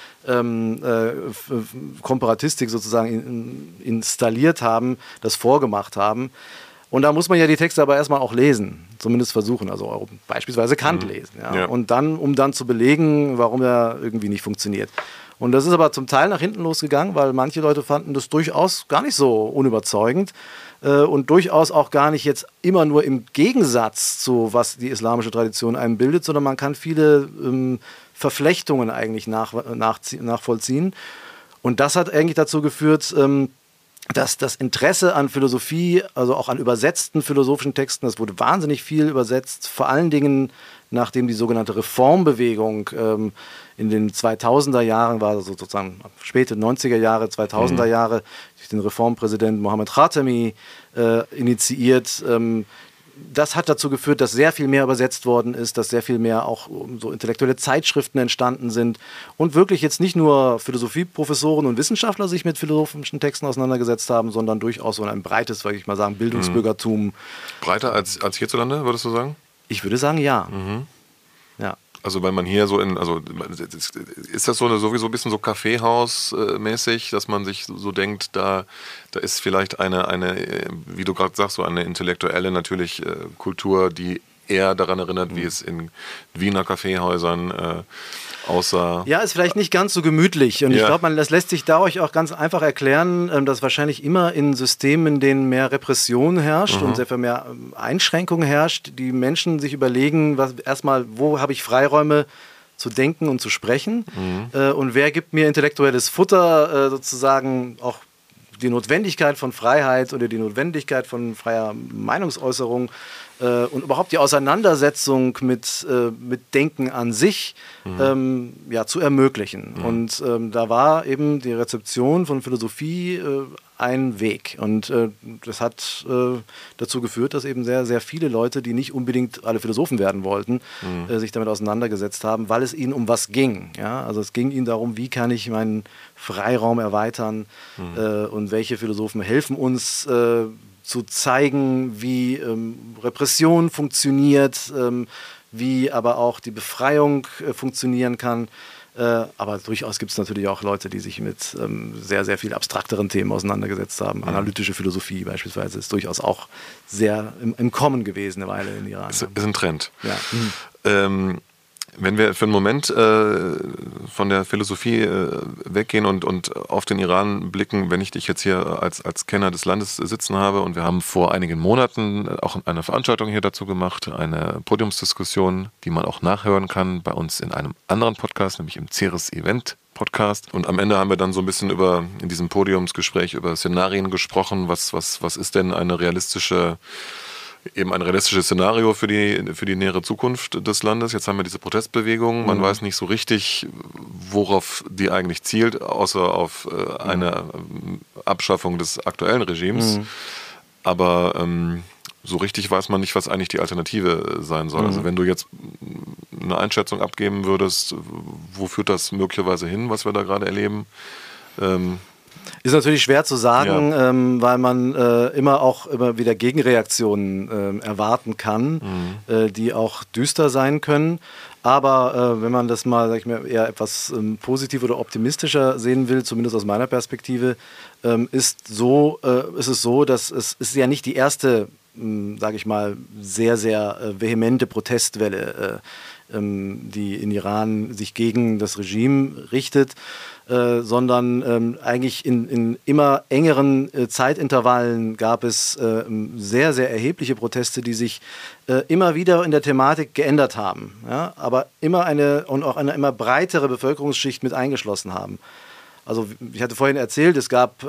Komparatistik sozusagen installiert haben, das vorgemacht haben. Und da muss man ja die Texte aber erstmal auch lesen, zumindest versuchen, also beispielsweise Kant lesen. Ja. Und dann, um dann zu belegen, warum er irgendwie nicht funktioniert. Und das ist aber zum Teil nach hinten losgegangen, weil manche Leute fanden das durchaus gar nicht so unüberzeugend und durchaus auch gar nicht jetzt immer nur im Gegensatz zu, was die islamische Tradition einem bildet, sondern man kann viele Verflechtungen eigentlich nachvollziehen. Und das hat eigentlich dazu geführt, dass das Interesse an Philosophie, also auch an übersetzten philosophischen Texten, das wurde wahnsinnig viel übersetzt, vor allen Dingen nachdem die sogenannte Reformbewegung in den 2000er Jahren war, also sozusagen späte 90er Jahre, 2000er Jahre, durch den Reformpräsidenten Mohammed Khatami initiiert. Das hat dazu geführt, dass sehr viel mehr übersetzt worden ist, dass sehr viel mehr auch so intellektuelle Zeitschriften entstanden sind und wirklich jetzt nicht nur Philosophieprofessoren und Wissenschaftler sich mit philosophischen Texten auseinandergesetzt haben, sondern durchaus so ein breites, würde ich mal sagen, Bildungsbürgertum. Breiter als hierzulande, würdest du sagen? Ich würde sagen, ja. Ja. Also weil man hier ist das sowieso ein bisschen so Kaffeehaus-mäßig, dass man sich so denkt, da ist vielleicht eine, wie du gerade sagst, so eine intellektuelle natürlich Kultur, die eher daran erinnert, wie es in Wiener Kaffeehäusern aussah. Ja, ist vielleicht nicht ganz so gemütlich. Und ich glaube, das lässt sich dadurch auch ganz einfach erklären, dass wahrscheinlich immer in Systemen, in denen mehr Repression herrscht und sehr viel mehr Einschränkung herrscht, die Menschen sich überlegen, wo habe ich Freiräume zu denken und zu sprechen und wer gibt mir intellektuelles Futter, sozusagen auch die Notwendigkeit von Freiheit oder die Notwendigkeit von freier Meinungsäußerung und überhaupt die Auseinandersetzung mit Denken an sich zu ermöglichen. Und da war eben die Rezeption von Philosophie ein Weg. Und das hat dazu geführt, dass eben sehr, sehr viele Leute, die nicht unbedingt alle Philosophen werden wollten, sich damit auseinandergesetzt haben, weil es ihnen um was ging. Ja? Also es ging ihnen darum, wie kann ich meinen Freiraum erweitern und welche Philosophen helfen uns zu zeigen, wie Repression funktioniert, wie aber auch die Befreiung funktionieren kann. Aber durchaus gibt es natürlich auch Leute, die sich mit sehr, sehr viel abstrakteren Themen auseinandergesetzt haben. Analytische Philosophie beispielsweise ist durchaus auch sehr im Kommen gewesen eine Weile in Iran. Ist ein Trend. Ja. Wenn wir für einen Moment von der Philosophie weggehen und auf den Iran blicken, wenn ich dich jetzt hier als Kenner des Landes sitzen habe, und wir haben vor einigen Monaten auch eine Veranstaltung hier dazu gemacht, eine Podiumsdiskussion, die man auch nachhören kann bei uns in einem anderen Podcast, nämlich im Ceres Event Podcast. Und am Ende haben wir dann so ein bisschen in diesem Podiumsgespräch über Szenarien gesprochen. Was ist denn ein realistisches Szenario für die nähere Zukunft des Landes? Jetzt haben wir diese Protestbewegung. Man weiß nicht so richtig, worauf die eigentlich zielt, außer auf eine Abschaffung des aktuellen Regimes. Aber so richtig weiß man nicht, was eigentlich die Alternative sein soll. Also wenn du jetzt eine Einschätzung abgeben würdest, wo führt das möglicherweise hin, was wir da gerade erleben? Ist natürlich schwer zu sagen, weil man immer wieder Gegenreaktionen erwarten kann, die auch düster sein können. Aber wenn man das mal, sag ich mal, eher etwas positiv oder optimistischer sehen will, zumindest aus meiner Perspektive, ist es so, dass es ist ja nicht die erste, sage ich mal, sehr, sehr vehemente Protestwelle, die in Iran sich gegen das Regime richtet, sondern eigentlich in immer engeren Zeitintervallen gab es sehr, sehr erhebliche Proteste, die sich immer wieder in der Thematik geändert haben, ja? Aber immer eine immer breitere Bevölkerungsschicht mit eingeschlossen haben. Also ich hatte vorhin erzählt, es gab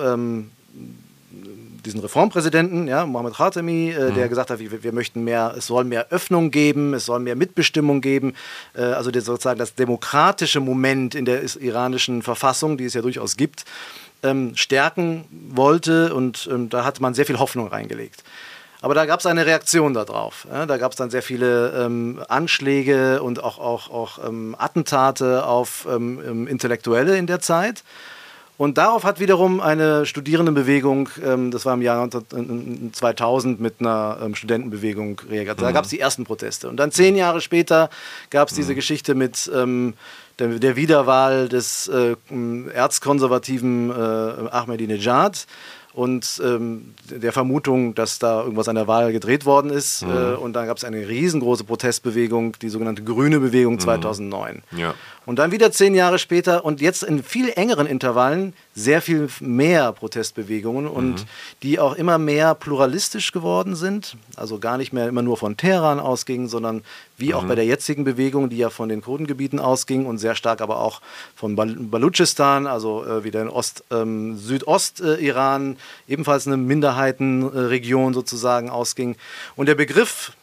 diesen Reformpräsidenten, ja, Mohammad Khatami, der gesagt hat, wir möchten mehr, es soll mehr Öffnung geben, es soll mehr Mitbestimmung geben, also sozusagen das demokratische Moment in der iranischen Verfassung, die es ja durchaus gibt, stärken wollte, und da hat man sehr viel Hoffnung reingelegt. Aber da gab es eine Reaktion darauf. Ja? Da gab es dann sehr viele Anschläge und auch Attentate auf Intellektuelle in der Zeit. Und darauf hat wiederum eine Studierendenbewegung, das war im Jahr 2000 mit einer Studentenbewegung reagiert. Da gab es die ersten Proteste. Und dann 10 Jahre später gab es diese Geschichte mit der Wiederwahl des erzkonservativen Ahmadinejad und der Vermutung, dass da irgendwas an der Wahl gedreht worden ist. Und dann gab es eine riesengroße Protestbewegung, die sogenannte Grüne Bewegung 2009. Ja. Und dann wieder 10 Jahre später und jetzt in viel engeren Intervallen sehr viel mehr Protestbewegungen und die auch immer mehr pluralistisch geworden sind. Also gar nicht mehr immer nur von Teheran ausgingen, sondern wie auch bei der jetzigen Bewegung, die ja von den Kurdengebieten ausging und sehr stark aber auch von Baluchistan, also wieder in Südost-Iran, ebenfalls eine Minderheitenregion sozusagen ausging. Und der Begriff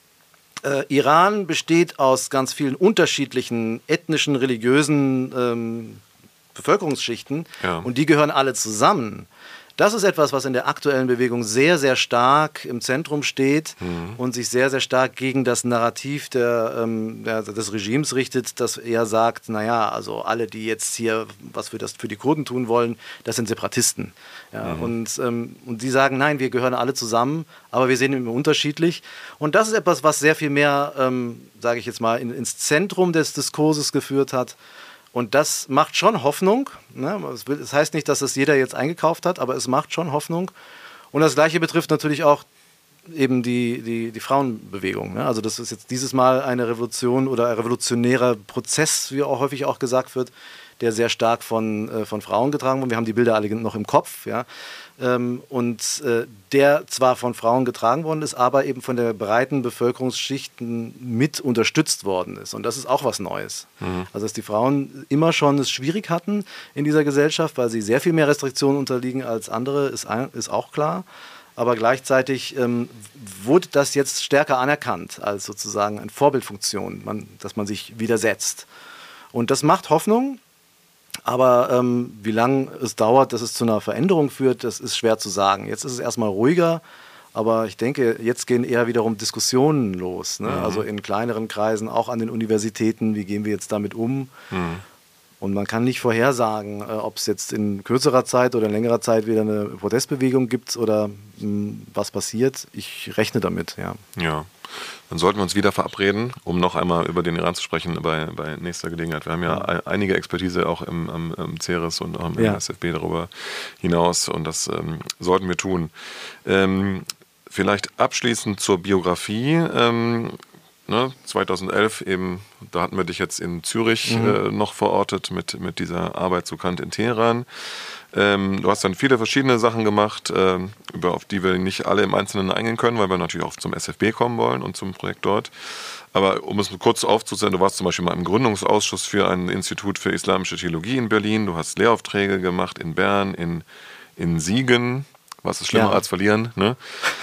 Iran besteht aus ganz vielen unterschiedlichen ethnischen, religiösen Bevölkerungsschichten und die gehören alle zusammen. Das ist etwas, was in der aktuellen Bewegung sehr, sehr stark im Zentrum steht und sich sehr, sehr stark gegen das Narrativ des Regimes richtet, das eher sagt, naja, also alle, die jetzt hier was für die Kurden tun wollen, das sind Separatisten. Ja, und die sagen, nein, wir gehören alle zusammen, aber wir sehen immer unterschiedlich. Und das ist etwas, was sehr viel mehr, sage ich jetzt mal, ins Zentrum des Diskurses geführt hat. Und das macht schon Hoffnung. Ne? Das heißt nicht, dass das jeder jetzt eingekauft hat, aber es macht schon Hoffnung. Und das Gleiche betrifft natürlich auch eben die Frauenbewegung. Ne? Also das ist jetzt dieses Mal eine Revolution oder ein revolutionärer Prozess, wie auch häufig auch gesagt wird, der sehr stark von Frauen getragen wurde. Wir haben die Bilder alle noch im Kopf. Ja? Der zwar von Frauen getragen worden ist, aber eben von der breiten Bevölkerungsschichten mit unterstützt worden ist. Und das ist auch was Neues. Also dass die Frauen immer schon es schwierig hatten in dieser Gesellschaft, weil sie sehr viel mehr Restriktionen unterliegen als andere, ist auch klar. Aber gleichzeitig wurde das jetzt stärker anerkannt als sozusagen eine Vorbildfunktion, dass man sich widersetzt. Und das macht Hoffnung. Aber wie lange es dauert, dass es zu einer Veränderung führt, das ist schwer zu sagen. Jetzt ist es erstmal ruhiger, aber ich denke, jetzt gehen eher wiederum Diskussionen los. Ne? Also in kleineren Kreisen, auch an den Universitäten, wie gehen wir jetzt damit um? Und man kann nicht vorhersagen, ob es jetzt in kürzerer Zeit oder in längerer Zeit wieder eine Protestbewegung gibt oder was passiert. Ich rechne damit, ja. Ja. Dann sollten wir uns wieder verabreden, um noch einmal über den Iran zu sprechen bei nächster Gelegenheit. Wir haben ja einige Expertise auch am CERES und auch im SFB darüber hinaus und das sollten wir tun. Vielleicht abschließend zur Biografie. 2011 eben, da hatten wir dich jetzt in Zürich noch verortet mit dieser Arbeit zu Kant in Teheran. Du hast dann viele verschiedene Sachen gemacht, auf die wir nicht alle im Einzelnen eingehen können, weil wir natürlich auch zum SFB kommen wollen und zum Projekt dort. Aber um es kurz aufzuzählen, du warst zum Beispiel mal im Gründungsausschuss für ein Institut für islamische Theologie in Berlin. Du hast Lehraufträge gemacht in Bern, in Siegen. Was ist schlimmer als verlieren, ne?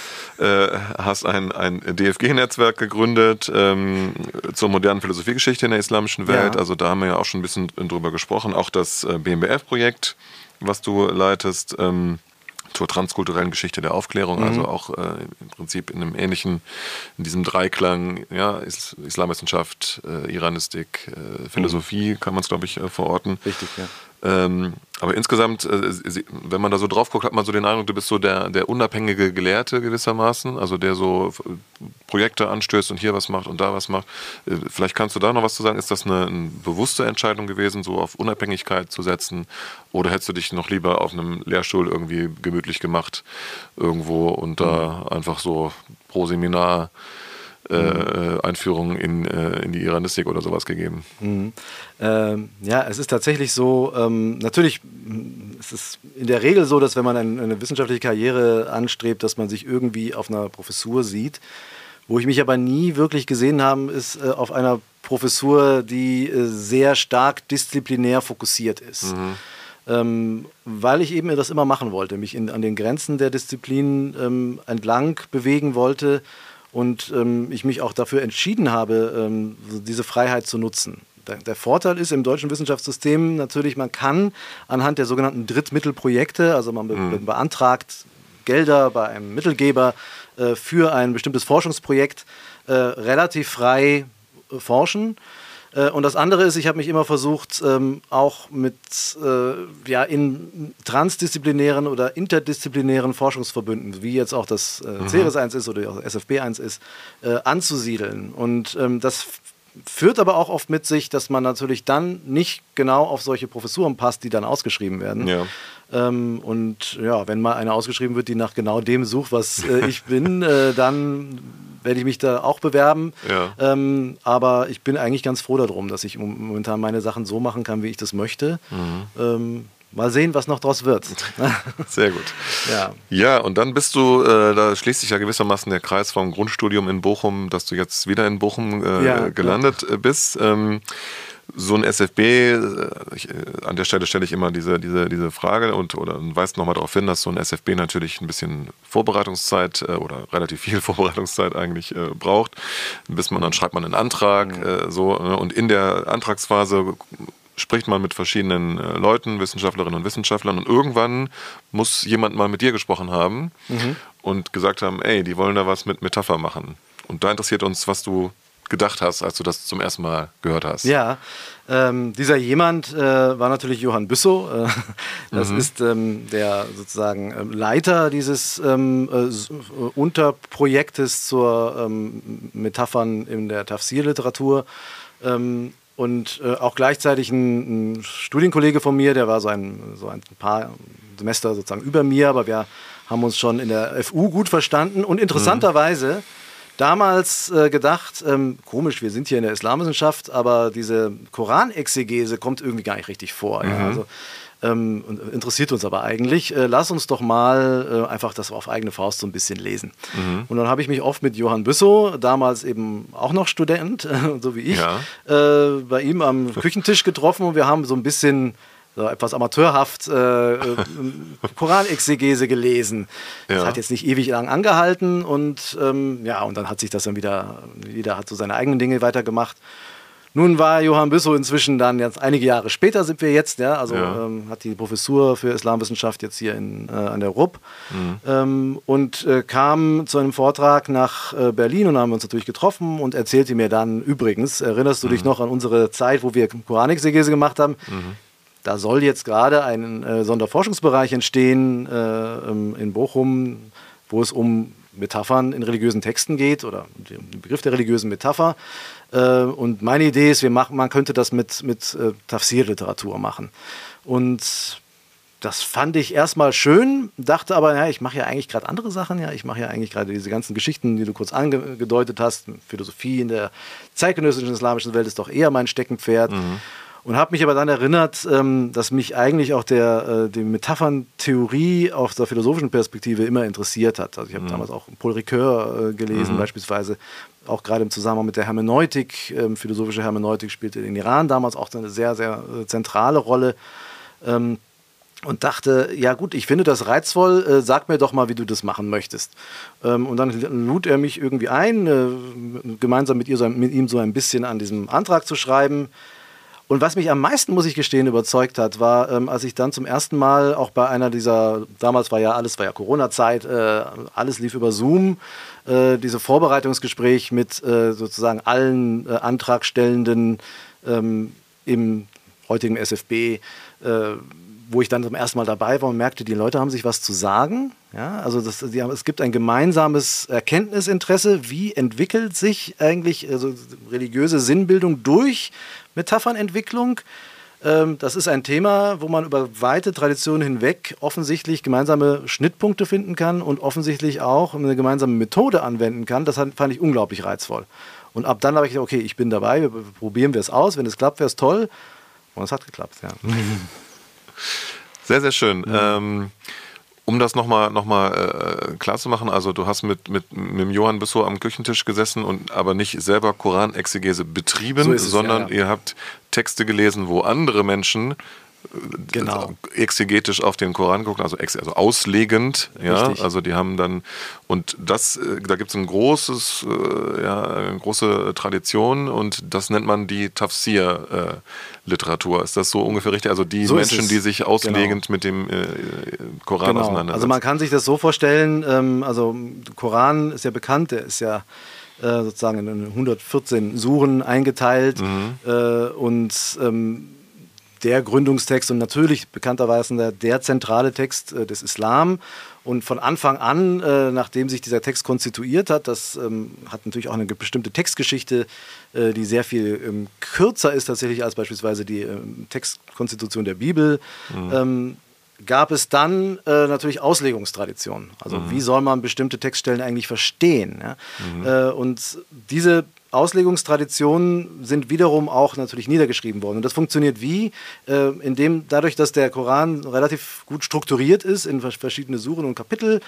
Hast ein DFG-Netzwerk gegründet zur modernen Philosophiegeschichte in der islamischen Welt. Also da haben wir ja auch schon ein bisschen drüber gesprochen. Auch das BMBF-Projekt, was du leitest, zur transkulturellen Geschichte der Aufklärung, also auch im Prinzip in diesem Dreiklang, ja, Islamwissenschaft, Iranistik, Philosophie kann man es, glaube ich, verorten. Richtig, ja. Aber insgesamt, wenn man da so drauf guckt, hat man so den Eindruck, du bist so der unabhängige Gelehrte gewissermaßen, also der so Projekte anstößt und hier was macht und da was macht. Vielleicht kannst du da noch was zu sagen. Ist das eine bewusste Entscheidung gewesen, so auf Unabhängigkeit zu setzen? Oder hättest du dich noch lieber auf einem Lehrstuhl irgendwie gemütlich gemacht irgendwo und da einfach so pro Seminar Einführung in die Iranistik oder sowas gegeben? Ja, es ist tatsächlich so, natürlich es ist in der Regel so, dass wenn man eine wissenschaftliche Karriere anstrebt, dass man sich irgendwie auf einer Professur sieht. Wo ich mich aber nie wirklich gesehen habe, ist auf einer Professur, die sehr stark disziplinär fokussiert ist. Weil ich eben das immer machen wollte, mich an den Grenzen der Disziplin entlang bewegen wollte. Und ich mich auch dafür entschieden habe, diese Freiheit zu nutzen. Der Vorteil ist im deutschen Wissenschaftssystem natürlich, man kann anhand der sogenannten Drittmittelprojekte, also man beantragt Gelder bei einem Mittelgeber für ein bestimmtes Forschungsprojekt, relativ frei forschen. Und das andere ist, ich habe mich immer versucht, auch in transdisziplinären oder interdisziplinären Forschungsverbünden, wie jetzt auch das CERES 1 ist oder auch SFB 1 ist, anzusiedeln. Und das führt aber auch oft mit sich, dass man natürlich dann nicht genau auf solche Professuren passt, die dann ausgeschrieben werden. Ja. Und ja, wenn mal eine ausgeschrieben wird, die nach genau dem sucht, was ich bin, dann werde ich mich da auch bewerben. Ja. Aber ich bin eigentlich ganz froh darum, dass ich momentan meine Sachen so machen kann, wie ich das möchte. Mal sehen, was noch draus wird. Sehr gut. Ja, und dann bist du, da schließt sich ja gewissermaßen der Kreis vom Grundstudium in Bochum, dass du jetzt wieder in Bochum gelandet bist. So ein SFB, an der Stelle stelle ich immer diese Frage oder weist nochmal darauf hin, dass so ein SFB natürlich ein bisschen Vorbereitungszeit oder relativ viel Vorbereitungszeit eigentlich braucht, bis man dann schreibt man einen Antrag und in der Antragsphase spricht man mit verschiedenen Leuten, Wissenschaftlerinnen und Wissenschaftlern und irgendwann muss jemand mal mit dir gesprochen haben und gesagt haben, ey, die wollen da was mit Metapher machen. Und da interessiert uns, was du gedacht hast, als du das zum ersten Mal gehört hast. Ja, dieser jemand war natürlich Johann Büssow. Das ist der sozusagen Leiter dieses Unterprojektes zur Metaphern in der Tafsir-Literatur. Und auch gleichzeitig ein Studienkollege von mir, der war so ein paar Semester sozusagen über mir, aber wir haben uns schon in der FU gut verstanden und interessanterweise damals gedacht, komisch, wir sind hier in der Islamwissenschaft, aber diese Koranexegese kommt irgendwie gar nicht richtig vor. Ja? Also, interessiert uns aber eigentlich. Lass uns doch mal einfach das auf eigene Faust so ein bisschen lesen. Und dann habe ich mich oft mit Johann Büssow, damals eben auch noch Student, so wie ich, bei ihm am Küchentisch getroffen und wir haben so ein bisschen so etwas amateurhaft Koranexegese gelesen. Das hat jetzt nicht ewig lang angehalten und und dann hat sich das dann wieder, jeder hat so seine eigenen Dinge weitergemacht. Nun war Johann Büssow inzwischen dann jetzt einige Jahre später sind wir jetzt, ja, also hat die Professur für Islamwissenschaft jetzt hier an der RUB und kam zu einem Vortrag nach Berlin und haben uns natürlich getroffen und erzählte mir dann übrigens, erinnerst du dich noch an unsere Zeit, wo wir Koranexegese gemacht haben? Da soll jetzt gerade ein Sonderforschungsbereich entstehen in Bochum, wo es um Metaphern in religiösen Texten geht oder den Begriff der religiösen Metapher. Und meine Idee ist, man könnte das mit Tafsir-Literatur machen. Und das fand ich erstmal schön, dachte aber, ja, ich mache ja eigentlich gerade andere Sachen. Ja, ich mache ja eigentlich gerade diese ganzen Geschichten, die du kurz angedeutet hast. Philosophie in der zeitgenössischen islamischen Welt ist doch eher mein Steckenpferd. Und habe mich aber dann erinnert, dass mich eigentlich auch die Metapherntheorie aus der philosophischen Perspektive immer interessiert hat. Also ich habe damals auch Paul Ricoeur gelesen beispielsweise, auch gerade im Zusammenhang mit der Hermeneutik. Philosophische Hermeneutik spielte in Iran damals auch eine sehr, sehr zentrale Rolle. Und dachte, ja gut, ich finde das reizvoll, sag mir doch mal, wie du das machen möchtest. Und dann lud er mich irgendwie ein, gemeinsam mit ihm so ein bisschen an diesem Antrag zu schreiben. Und was mich am meisten, muss ich gestehen, überzeugt hat, war, als ich dann zum ersten Mal auch bei einer damals war ja Corona-Zeit, alles lief über Zoom, diese Vorbereitungsgespräch mit sozusagen allen Antragstellenden im heutigen SFB, wo ich dann zum ersten Mal dabei war und merkte, die Leute haben sich was zu sagen. Ja, also es gibt ein gemeinsames Erkenntnisinteresse. Wie entwickelt sich eigentlich religiöse Sinnbildung durch Metaphernentwicklung? Das ist ein Thema, wo man über weite Traditionen hinweg offensichtlich gemeinsame Schnittpunkte finden kann und offensichtlich auch eine gemeinsame Methode anwenden kann. Das fand ich unglaublich reizvoll. Und ab dann habe ich gedacht, okay, ich bin dabei, probieren wir es aus. Wenn es klappt, wäre es toll. Und es hat geklappt, ja. Sehr, sehr schön. Um das nochmal klar zu machen, also du hast mit dem Johann Büssow am Küchentisch gesessen und aber nicht selber Koranexegese betrieben, sondern ihr habt Texte gelesen, wo andere Menschen exegetisch auf den Koran gucken, also auslegend, ja, also die haben dann, und da gibt es eine große Tradition und das nennt man die Tafsir-Literatur. Ist das so ungefähr richtig? Also die Menschen, die sich auslegend mit dem Koran auseinandersetzen. Also man kann sich das so vorstellen, also Koran ist ja bekannt, der ist ja sozusagen in 114 Suren eingeteilt und der Gründungstext und natürlich bekannterweise der zentrale Text des Islam. Und von Anfang an, nachdem sich dieser Text konstituiert hat, das hat natürlich auch eine bestimmte Textgeschichte, die sehr viel kürzer ist tatsächlich als beispielsweise die Textkonstitution der Bibel, gab es dann natürlich Auslegungstraditionen. Also wie soll man bestimmte Textstellen eigentlich verstehen? Ja? Und diese Auslegungstraditionen sind wiederum auch natürlich niedergeschrieben worden. Und das funktioniert wie? Dadurch, dass der Koran relativ gut strukturiert ist in verschiedene Suren und Kapitel,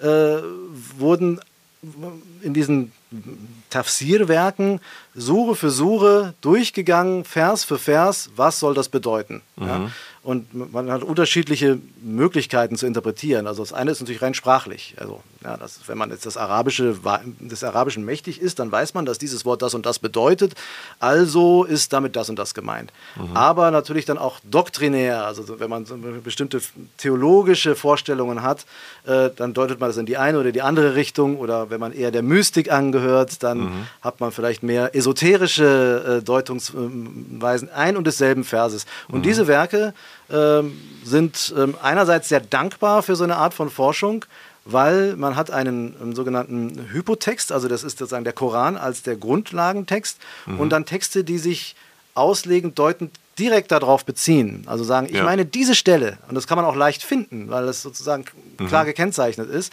wurden in diesen Tafsir-Werken Sure für Sure durchgegangen, Vers für Vers, was soll das bedeuten? Ja? Und man hat unterschiedliche Möglichkeiten zu interpretieren. Also das eine ist natürlich rein sprachlich. Also ja, wenn man jetzt des Arabischen mächtig ist, dann weiß man, dass dieses Wort das und das bedeutet. Also ist damit das und das gemeint. Aber natürlich dann auch doktrinär. Also wenn man so bestimmte theologische Vorstellungen hat, dann deutet man das in die eine oder die andere Richtung. Oder wenn man eher der Mystik angehört, dann hat man vielleicht mehr esoterische Deutungsweisen ein und desselben Verses. Und diese Werke sind einerseits sehr dankbar für so eine Art von Forschung, weil man hat einen sogenannten Hypotext, also das ist sozusagen der Koran als der Grundlagentext und dann Texte, die sich auslegend, deutend direkt darauf beziehen. Also sagen, ich meine diese Stelle, und das kann man auch leicht finden, weil das sozusagen klar gekennzeichnet ist.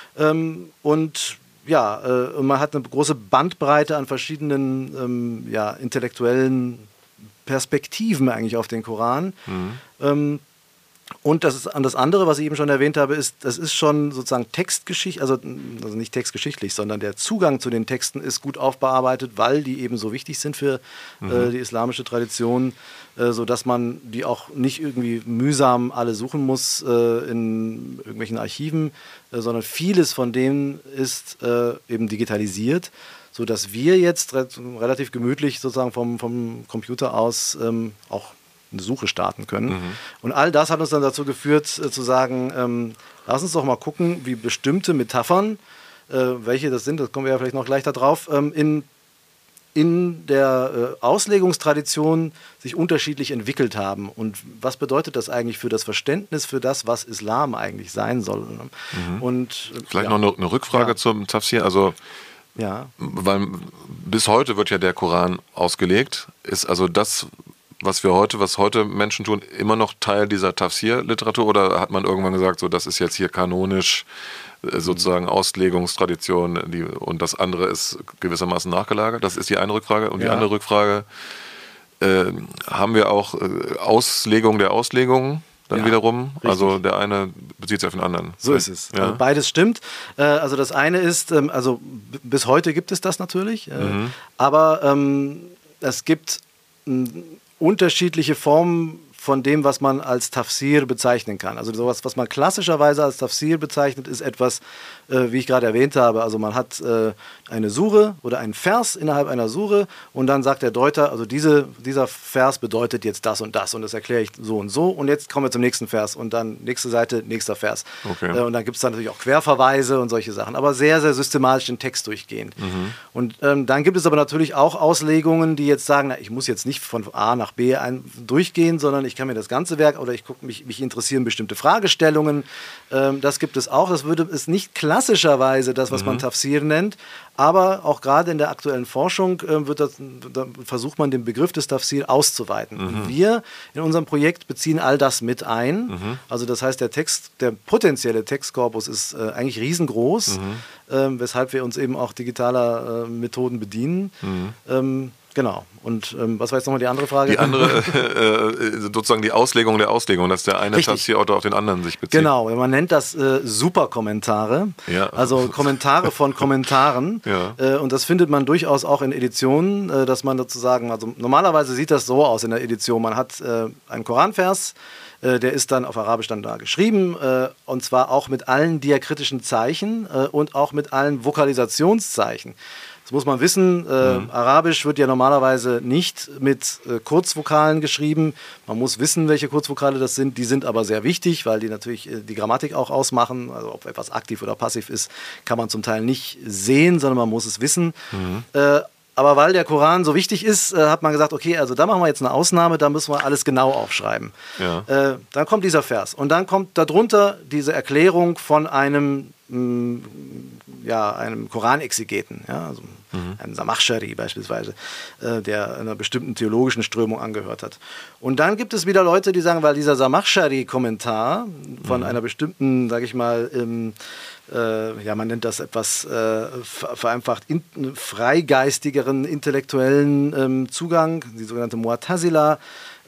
Und man hat eine große Bandbreite an verschiedenen intellektuellen Perspektiven eigentlich auf den Koran. Und das andere, was ich eben schon erwähnt habe, das ist schon sozusagen Textgeschichte, also nicht textgeschichtlich, sondern der Zugang zu den Texten ist gut aufbearbeitet, weil die eben so wichtig sind für die islamische Tradition, sodass man die auch nicht irgendwie mühsam alle suchen muss in irgendwelchen Archiven, sondern vieles von denen ist eben digitalisiert, sodass wir jetzt relativ gemütlich sozusagen vom Computer aus auch eine Suche starten können. Und all das hat uns dann dazu geführt, zu sagen, lass uns doch mal gucken, wie bestimmte Metaphern, welche das sind, das kommen wir ja vielleicht noch gleich da drauf, in der Auslegungstradition sich unterschiedlich entwickelt haben. Und was bedeutet das eigentlich für das Verständnis, für das, was Islam eigentlich sein soll? Und, vielleicht noch eine Rückfrage zum Tafsir. Also, weil bis heute wird ja der Koran ausgelegt. Ist also das, was heute Menschen tun, immer noch Teil dieser Tafsir-Literatur? Oder hat man irgendwann gesagt, so, das ist jetzt hier kanonisch, sozusagen Auslegungstradition, und das andere ist gewissermaßen nachgelagert? Das ist die eine Rückfrage. Und die andere Rückfrage, haben wir auch Auslegung der Auslegungen dann wiederum? Richtig. Also der eine bezieht sich auf den anderen. So ist es. Ja. Also beides stimmt. Also das eine ist, also bis heute gibt es das natürlich, aber es gibt unterschiedliche Formen von dem, was man als Tafsir bezeichnen kann. Also sowas, was man klassischerweise als Tafsir bezeichnet, ist etwas, wie ich gerade erwähnt habe. Also man hat eine Sure oder einen Vers innerhalb einer Sure und dann sagt der Deuter, also dieser Vers bedeutet jetzt das und das erkläre ich so und so und jetzt kommen wir zum nächsten Vers und dann nächste Seite, nächster Vers. Okay. Und dann gibt es dann natürlich auch Querverweise und solche Sachen, aber sehr, sehr systematisch den Text durchgehend. Und dann gibt es aber natürlich auch Auslegungen, die jetzt sagen, na, ich muss jetzt nicht von A nach B durchgehen, sondern ich kann mir das ganze Werk oder mich interessieren bestimmte Fragestellungen. Das gibt es auch. Das ist nicht klassischerweise das, was man Tafsir nennt, aber auch gerade in der aktuellen Forschung versucht man den Begriff des Tafsir auszuweiten. Und wir in unserem Projekt beziehen all das mit ein. Also das heißt, der potenzielle Textkorpus ist eigentlich riesengroß, weshalb wir uns eben auch digitaler Methoden bedienen. Genau. Und was war jetzt nochmal die andere Frage? Die andere, sozusagen die Auslegung der Auslegung, dass der eine Tafsirautor auf den anderen sich bezieht. Genau, man nennt das Superkommentare, also Kommentare von Kommentaren. Und das findet man durchaus auch in Editionen, dass man sozusagen, also normalerweise sieht das so aus in der Edition, man hat einen Koranvers, der ist dann auf Arabisch dann da geschrieben, und zwar auch mit allen diakritischen Zeichen und auch mit allen Vokalisationszeichen. Das muss man wissen, Arabisch wird ja normalerweise nicht mit Kurzvokalen geschrieben. Man muss wissen, welche Kurzvokale das sind. Die sind aber sehr wichtig, weil die natürlich die Grammatik auch ausmachen. Also ob etwas aktiv oder passiv ist, kann man zum Teil nicht sehen, sondern man muss es wissen. Aber weil der Koran so wichtig ist, hat man gesagt, okay, also da machen wir jetzt eine Ausnahme, da müssen wir alles genau aufschreiben. Dann kommt dieser Vers und dann kommt darunter diese Erklärung von einem Koranexegeten, also ein Zamakhshari beispielsweise, der einer bestimmten theologischen Strömung angehört hat. Und dann gibt es wieder Leute, die sagen, weil dieser Zamakhshari-Kommentar von einer bestimmten, sage ich mal, man nennt das etwas vereinfacht, freigeistigeren intellektuellen Zugang, die sogenannte Mu'tazila,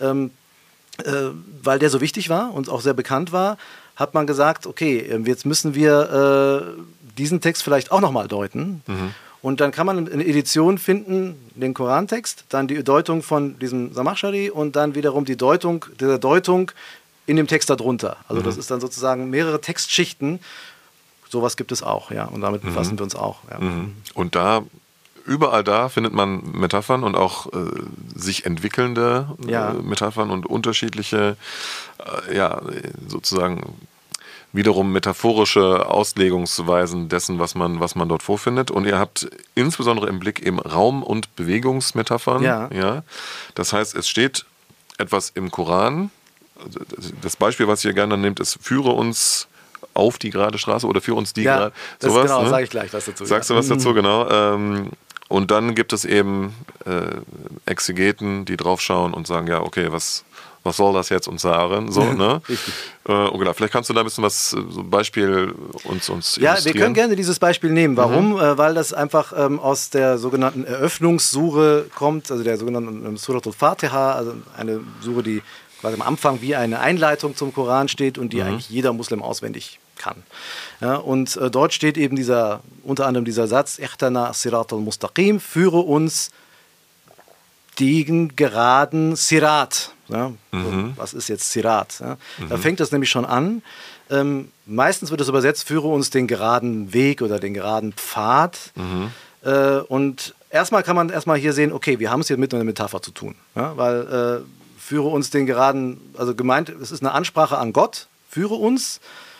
weil der so wichtig war und auch sehr bekannt war, hat man gesagt, okay, jetzt müssen wir diesen Text vielleicht auch nochmal deuten. Und dann kann man eine Edition finden, den Korantext, dann die Deutung von diesem Zamakhshari und dann wiederum die Deutung dieser Deutung in dem Text darunter. Also das ist dann sozusagen mehrere Textschichten. Sowas gibt es auch, ja. Und damit befassen wir uns auch. Ja. Und überall da findet man Metaphern und auch sich entwickelnde Metaphern und unterschiedliche, sozusagen wiederum metaphorische Auslegungsweisen dessen, was man dort vorfindet. Und ihr habt insbesondere im Blick eben Raum- und Bewegungsmetaphern. Ja. Das heißt, es steht etwas im Koran. Das Beispiel, was ihr gerne nehmt, ist, führe uns auf die gerade Straße oder führe uns die gerade. Sowas, genau, sage ich gleich was dazu. Sagst du was dazu, genau. Und dann gibt es eben Exegeten, die draufschauen und sagen, ja, okay, was soll das jetzt uns sagen? So, ne? Richtig. Genau, vielleicht kannst du da ein bisschen so ein Beispiel uns illustrieren. Ja, wir können gerne dieses Beispiel nehmen. Warum? Weil das einfach aus der sogenannten Eröffnungssure kommt, also der sogenannten Surat al-Fatiha, also eine Sure, die quasi am Anfang wie eine Einleitung zum Koran steht und die eigentlich jeder Muslim auswendig kann. Ja, und dort steht eben unter anderem dieser Satz, Ihtana Sirat al-Mustaqim, führe uns den geraden Sirat. Ja, was ist jetzt Sirat? Ja? Da fängt das nämlich schon an. Meistens wird es übersetzt, führe uns den geraden Weg oder den geraden Pfad. Und erstmal kann man hier sehen, okay, wir haben es hier mit einer Metapher zu tun. Ja? Weil führe uns den geraden, also gemeint, es ist eine Ansprache an Gott, führe uns.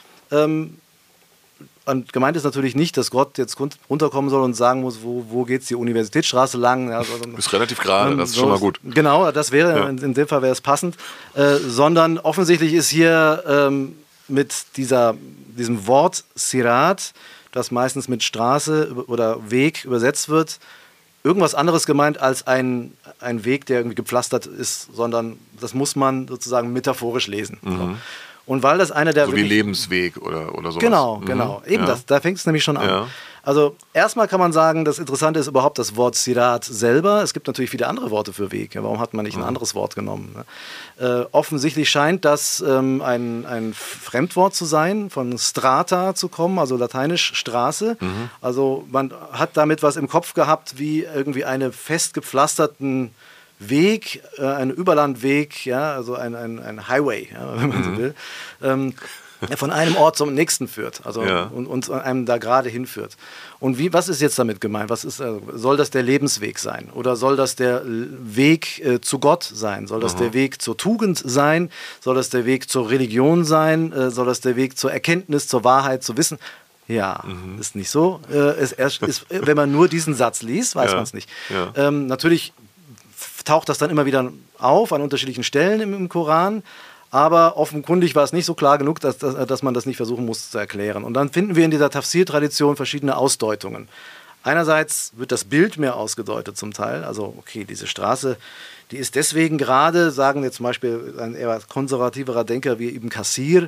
Und gemeint ist natürlich nicht, dass Gott jetzt runterkommen soll und sagen muss, wo geht es die Universitätsstraße lang. Ja, ist relativ gerade, das ist schon mal gut. Genau, das wäre, in dem Fall wäre es passend. Sondern offensichtlich ist hier mit diesem Wort Sirat, das meistens mit Straße oder Weg übersetzt wird, irgendwas anderes gemeint als ein Weg, der irgendwie gepflastert ist, sondern das muss man sozusagen metaphorisch lesen. So. Und weil das einer der... So wie Lebensweg oder sowas. Genau. Eben da fängt es nämlich schon an. Ja. Also erstmal kann man sagen, das Interessante ist überhaupt das Wort Sirat selber. Es gibt natürlich viele andere Worte für Weg. Ja, warum hat man nicht ein anderes Wort genommen? Offensichtlich scheint das ein Fremdwort zu sein, von Strata zu kommen, also lateinisch Straße. Also man hat damit was im Kopf gehabt, wie irgendwie einen fest gepflasterten Weg, ein Überlandweg, ja, also ein Highway, ja, wenn man so will, der von einem Ort zum nächsten führt, also und einem da gerade hinführt. Und was ist jetzt damit gemeint? Soll das der Lebensweg sein? Oder soll das der Weg zu Gott sein? Soll das der Weg zur Tugend sein? Soll das der Weg zur Religion sein? Soll das der Weg zur Erkenntnis, zur Wahrheit, zu Wissen? Ja, ist nicht so. Wenn man nur diesen Satz liest, weiß man es nicht. Ja. Natürlich taucht das dann immer wieder auf an unterschiedlichen Stellen im Koran, aber offenkundig war es nicht so klar genug, dass man das nicht versuchen muss zu erklären. Und dann finden wir in dieser Tafsir-Tradition verschiedene Ausdeutungen. Einerseits wird das Bild mehr ausgedeutet zum Teil, also okay, diese Straße, die ist deswegen gerade, sagen jetzt zum Beispiel ein eher konservativerer Denker wie Ibn Kathir,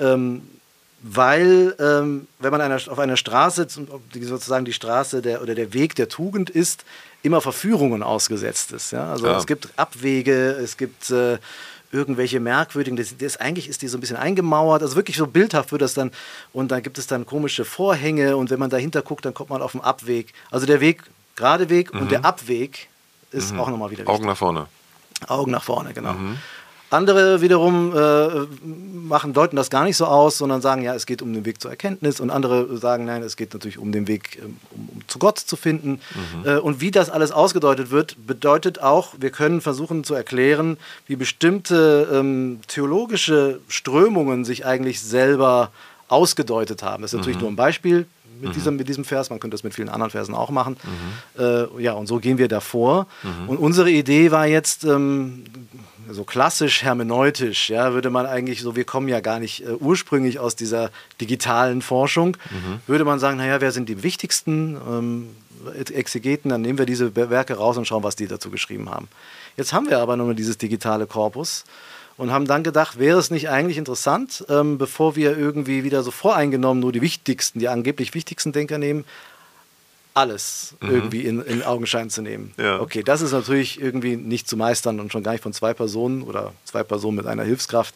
weil wenn man auf einer Straße, die sozusagen die Straße oder der Weg der Tugend ist, immer Verführungen ausgesetzt ist. Ja? Also es gibt Abwege, es gibt irgendwelche merkwürdigen, eigentlich ist die so ein bisschen eingemauert, also wirklich so bildhaft wird das dann, und dann gibt es dann komische Vorhänge und wenn man dahinter guckt, dann kommt man auf den Abweg. Also der Weg, gerade Weg und der Abweg ist auch nochmal wieder wichtig. Augen nach vorne. Augen nach vorne, genau. Andere wiederum deuten das gar nicht so aus, sondern sagen, ja, es geht um den Weg zur Erkenntnis, und andere sagen, nein, es geht natürlich um den Weg, um zu Gott zu finden. Und wie das alles ausgedeutet wird, bedeutet auch, wir können versuchen zu erklären, wie bestimmte theologische Strömungen sich eigentlich selber ausgedeutet haben. Das ist natürlich nur ein Beispiel mit diesem Vers, man könnte das mit vielen anderen Versen auch machen. Und so gehen wir davor. Und unsere Idee war jetzt, so klassisch hermeneutisch, ja, würde man eigentlich so, wir kommen ja gar nicht ursprünglich aus dieser digitalen Forschung, würde man sagen, naja, wer sind die wichtigsten Exegeten, dann nehmen wir diese Werke raus und schauen, was die dazu geschrieben haben. Jetzt haben wir aber nur dieses digitale Korpus und haben dann gedacht, wäre es nicht eigentlich interessant, bevor wir irgendwie wieder so voreingenommen nur die angeblich wichtigsten Denker nehmen, alles irgendwie in Augenschein zu nehmen. Ja. Okay, das ist natürlich irgendwie nicht zu meistern und schon gar nicht von 2 Personen oder 2 Personen mit einer Hilfskraft.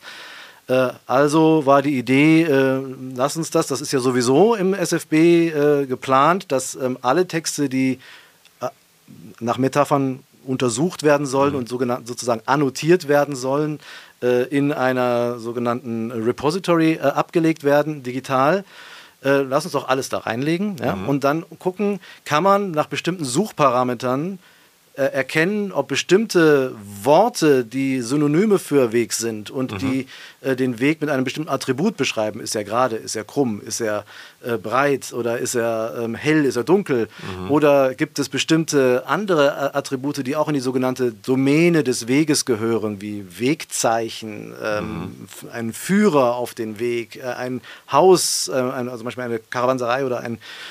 Also war die Idee, lass uns das ist ja sowieso im SFB geplant, dass alle Texte, die nach Metaphern untersucht werden sollen und sozusagen annotiert werden sollen, in einer sogenannten Repository abgelegt werden, digital. Lass uns doch alles da reinlegen, ja? Und dann gucken, kann man nach bestimmten Suchparametern erkennen, ob bestimmte Worte, die Synonyme für Weg sind und die den Weg mit einem bestimmten Attribut beschreiben, ist er gerade, ist er krumm, ist er breit oder ist er hell, ist er dunkel, oder gibt es bestimmte andere Attribute, die auch in die sogenannte Domäne des Weges gehören, wie Wegzeichen, ein Führer auf den Weg, ein Haus, also zum Beispiel eine Karawanserei oder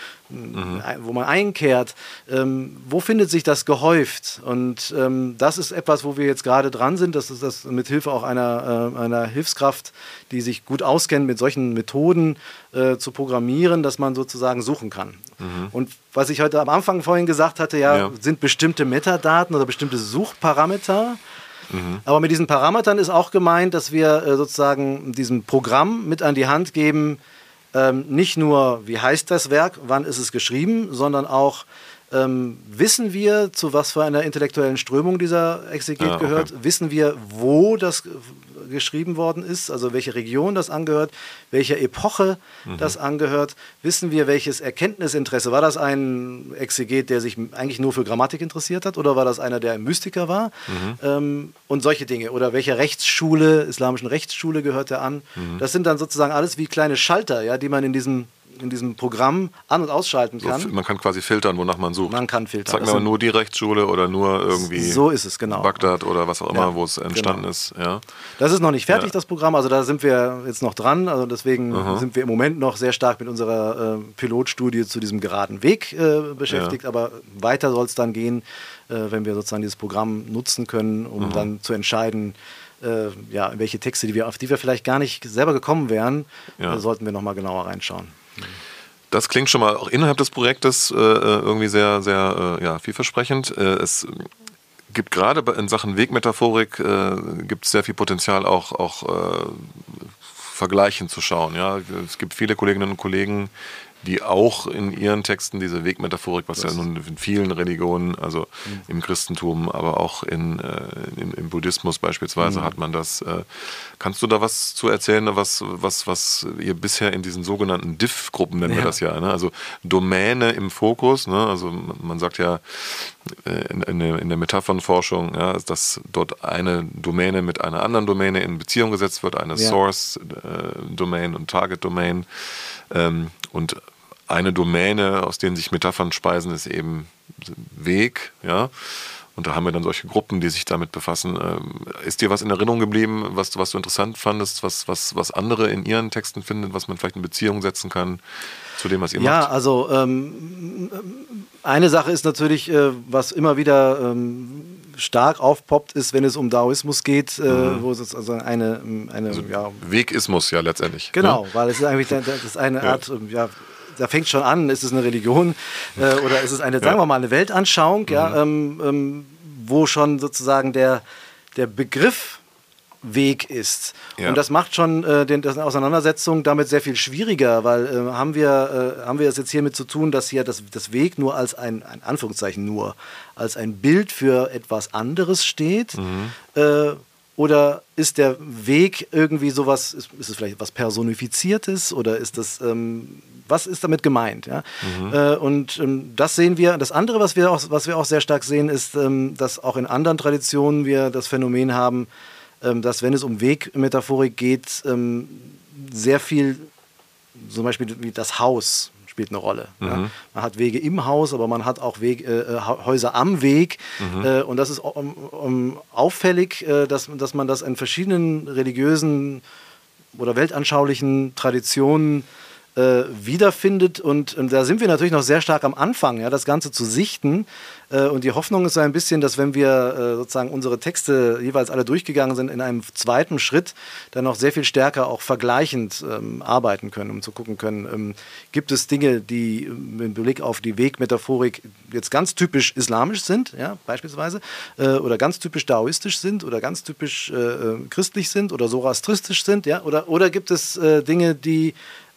wo man einkehrt, wo findet sich das gehäuft? Und das ist etwas, wo wir jetzt gerade dran sind. Das ist das mit Hilfe auch einer Hilfskraft, die sich gut auskennt, mit solchen Methoden zu programmieren, dass man sozusagen suchen kann. Und was ich heute am Anfang vorhin gesagt hatte, sind bestimmte Metadaten oder bestimmte Suchparameter. Aber mit diesen Parametern ist auch gemeint, dass wir sozusagen diesem Programm mit an die Hand geben, nicht nur, wie heißt das Werk, wann ist es geschrieben, sondern auch, wissen wir, zu was für einer intellektuellen Strömung dieser Exeget gehört, wissen wir, wo das geschrieben worden ist, also welche Region das angehört, welcher Epoche das angehört? Wissen wir, welches Erkenntnisinteresse? War das ein Exeget, der sich eigentlich nur für Grammatik interessiert hat, oder war das einer, der ein Mystiker war? Und solche Dinge. Oder welcher Rechtsschule, islamischen Rechtsschule gehört er an? Das sind dann sozusagen alles wie kleine Schalter, ja, die man in diesem Programm an- und ausschalten kann. So, man kann quasi filtern, wonach man sucht. Man kann filtern. Sag mir aber nur die Rechtsschule oder nur irgendwie so ist es, genau. Bagdad oder was auch immer, Ja, wo es entstanden ist. Ja. Das ist noch nicht fertig, Ja. das Programm, also da sind wir jetzt noch dran. Also deswegen sind wir im Moment noch sehr stark mit unserer Pilotstudie zu diesem geraden Weg beschäftigt. Ja. Aber weiter soll es dann gehen, wenn wir sozusagen dieses Programm nutzen können, um dann zu entscheiden, in welche Texte, auf die wir vielleicht gar nicht selber gekommen wären, sollten wir nochmal genauer reinschauen. Das klingt schon mal auch innerhalb des Projektes irgendwie sehr, sehr vielversprechend. Es gibt gerade in Sachen Wegmetaphorik gibt es sehr viel Potenzial, auch vergleichend zu schauen. Ja? Es gibt viele Kolleginnen und Kollegen, die auch in ihren Texten diese Wegmetaphorik, was ja nun in vielen Religionen, also im Christentum, aber auch im Buddhismus beispielsweise hat man das. Kannst du da was zu erzählen, was ihr bisher in diesen sogenannten Diff-Gruppen, nennen wir das ja, ne? Also Domäne im Fokus, ne? Also man sagt ja in der Metaphernforschung, ja, dass dort eine Domäne mit einer anderen Domäne in Beziehung gesetzt wird, eine Source-Domain und Target-Domain. Und eine Domäne, aus denen sich Metaphern speisen, ist eben Weg, ja. Und da haben wir dann solche Gruppen, die sich damit befassen. Ist dir was in Erinnerung geblieben, was du interessant fandest, was andere in ihren Texten finden, was man vielleicht in Beziehung setzen kann zu dem, was ihr macht? Ja, also eine Sache ist natürlich, was immer wieder stark aufpoppt, ist, wenn es um Daoismus geht, wo es also eine Wegismus ja letztendlich. Genau, ne? weil es ist eigentlich das ist eine Art, da fängt schon an, ist es eine Religion oder ist es eine, sagen wir mal, eine Weltanschauung, wo schon sozusagen der Begriff Weg ist. Ja. Und das macht schon die Auseinandersetzung damit sehr viel schwieriger, weil haben wir es jetzt hiermit zu tun, dass hier das Weg nur als ein Anführungszeichen nur, als ein Bild für etwas anderes steht, oder ist der Weg irgendwie sowas, ist es vielleicht etwas Personifiziertes, oder ist das, was ist damit gemeint? Ja? Und das sehen wir. Das andere, was wir auch sehr stark sehen, ist, dass auch in anderen Traditionen wir das Phänomen haben, dass, wenn es um Wegmetaphorik geht, sehr viel, zum Beispiel wie das Haus spielt eine Rolle. Ja. Man hat Wege im Haus, aber man hat auch Häuser am Weg. Und das ist auffällig, dass man das in verschiedenen religiösen oder weltanschaulichen Traditionen wiederfindet. Und da sind wir natürlich noch sehr stark am Anfang, ja, das Ganze zu sichten. Und die Hoffnung ist so ein bisschen, dass, wenn wir sozusagen unsere Texte jeweils alle durchgegangen sind, in einem zweiten Schritt dann noch sehr viel stärker auch vergleichend arbeiten können, um zu gucken können, gibt es Dinge, die mit Blick auf die Wegmetaphorik jetzt ganz typisch islamisch sind, ja, beispielsweise, oder ganz typisch daoistisch sind, oder ganz typisch christlich sind oder zoroastristisch sind, ja, oder gibt es Dinge, die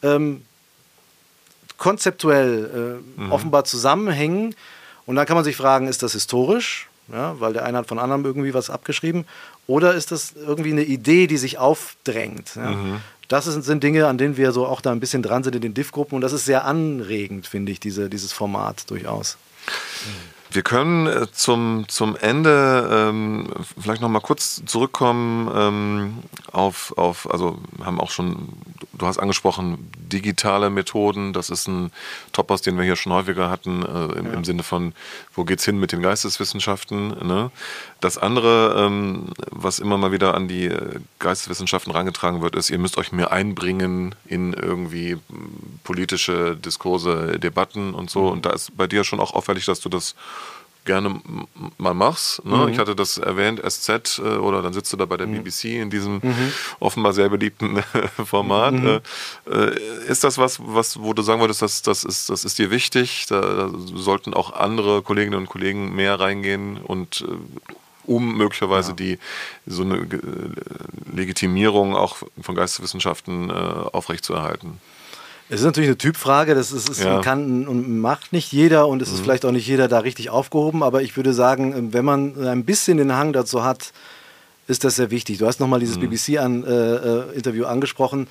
konzeptuell offenbar zusammenhängen. Und dann kann man sich fragen, ist das historisch? Ja, weil der eine hat von anderem irgendwie was abgeschrieben. Oder ist das irgendwie eine Idee, die sich aufdrängt? Ja? Das sind Dinge, an denen wir so auch da ein bisschen dran sind in den Diff-Gruppen. Und das ist sehr anregend, finde ich, dieses Format durchaus. Wir können zum Ende vielleicht noch mal kurz zurückkommen also haben auch schon, du hast angesprochen, digitale Methoden. Das ist ein Topos, den wir hier schon häufiger hatten, im Sinne von, wo geht's hin mit den Geisteswissenschaften? Ne? Das andere, was immer mal wieder an die Geisteswissenschaften herangetragen wird, ist, ihr müsst euch mehr einbringen in irgendwie politische Diskurse, Debatten und so. Und da ist bei dir schon auch auffällig, dass du das gerne mal machst. Ne? Ich hatte das erwähnt, SZ, oder dann sitzt du da bei der BBC in diesem offenbar sehr beliebten Format. Ist das was, wo du sagen würdest, das ist dir wichtig? Da sollten auch andere Kolleginnen und Kollegen mehr reingehen und um möglicherweise so eine Legitimierung auch von Geisteswissenschaften aufrechtzuerhalten? Es ist natürlich eine Typfrage, kann und macht nicht jeder, und es ist vielleicht auch nicht jeder da richtig aufgehoben, aber ich würde sagen, wenn man ein bisschen den Hang dazu hat, ist das sehr wichtig. Du hast nochmal dieses BBC-Interview angesprochen.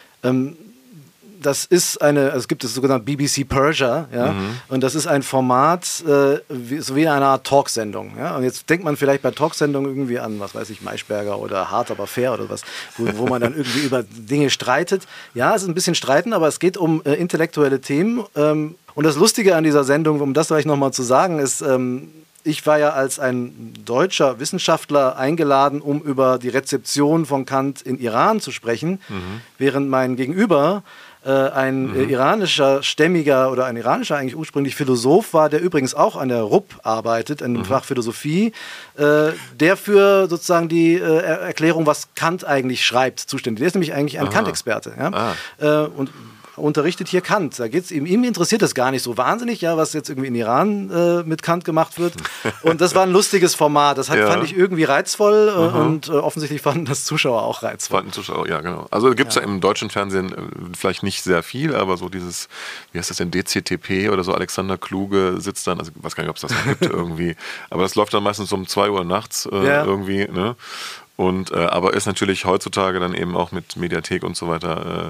Das ist es gibt das sogenannte BBC Persia, ja, und das ist ein Format, so wie eine Art Talksendung, ja, und jetzt denkt man vielleicht bei Talksendungen irgendwie an, was weiß ich, Maischberger oder Hart aber fair oder was, wo man dann irgendwie über Dinge streitet. Ja, es ist ein bisschen Streiten, aber es geht um intellektuelle Themen, und das Lustige an dieser Sendung, um das vielleicht nochmal zu sagen, ist, ich war ja als ein deutscher Wissenschaftler eingeladen, um über die Rezeption von Kant in Iran zu sprechen, während mein Gegenüber ein iranischer Stämmiger oder ein iranischer eigentlich ursprünglich Philosoph war, der übrigens auch an der RUB arbeitet, in dem Fach Philosophie, der für sozusagen die Erklärung, was Kant eigentlich schreibt, zuständig. Der ist nämlich eigentlich ein Kant-Experte. Ja? Und unterrichtet hier Kant. Da geht's ihm interessiert das gar nicht so wahnsinnig, ja, was jetzt irgendwie in Iran mit Kant gemacht wird. Und das war ein lustiges Format. Das fand ich irgendwie reizvoll und offensichtlich fanden das Zuschauer auch reizvoll. Fanden Zuschauer, ja, genau. Also gibt es ja im deutschen Fernsehen vielleicht nicht sehr viel, aber so dieses, wie heißt das denn, DCTP oder so, Alexander Kluge sitzt dann, also ich weiß gar nicht, ob es das noch gibt irgendwie, aber das läuft dann meistens um 2 Uhr nachts irgendwie, ne? Und aber ist natürlich heutzutage dann eben auch mit Mediathek und so weiter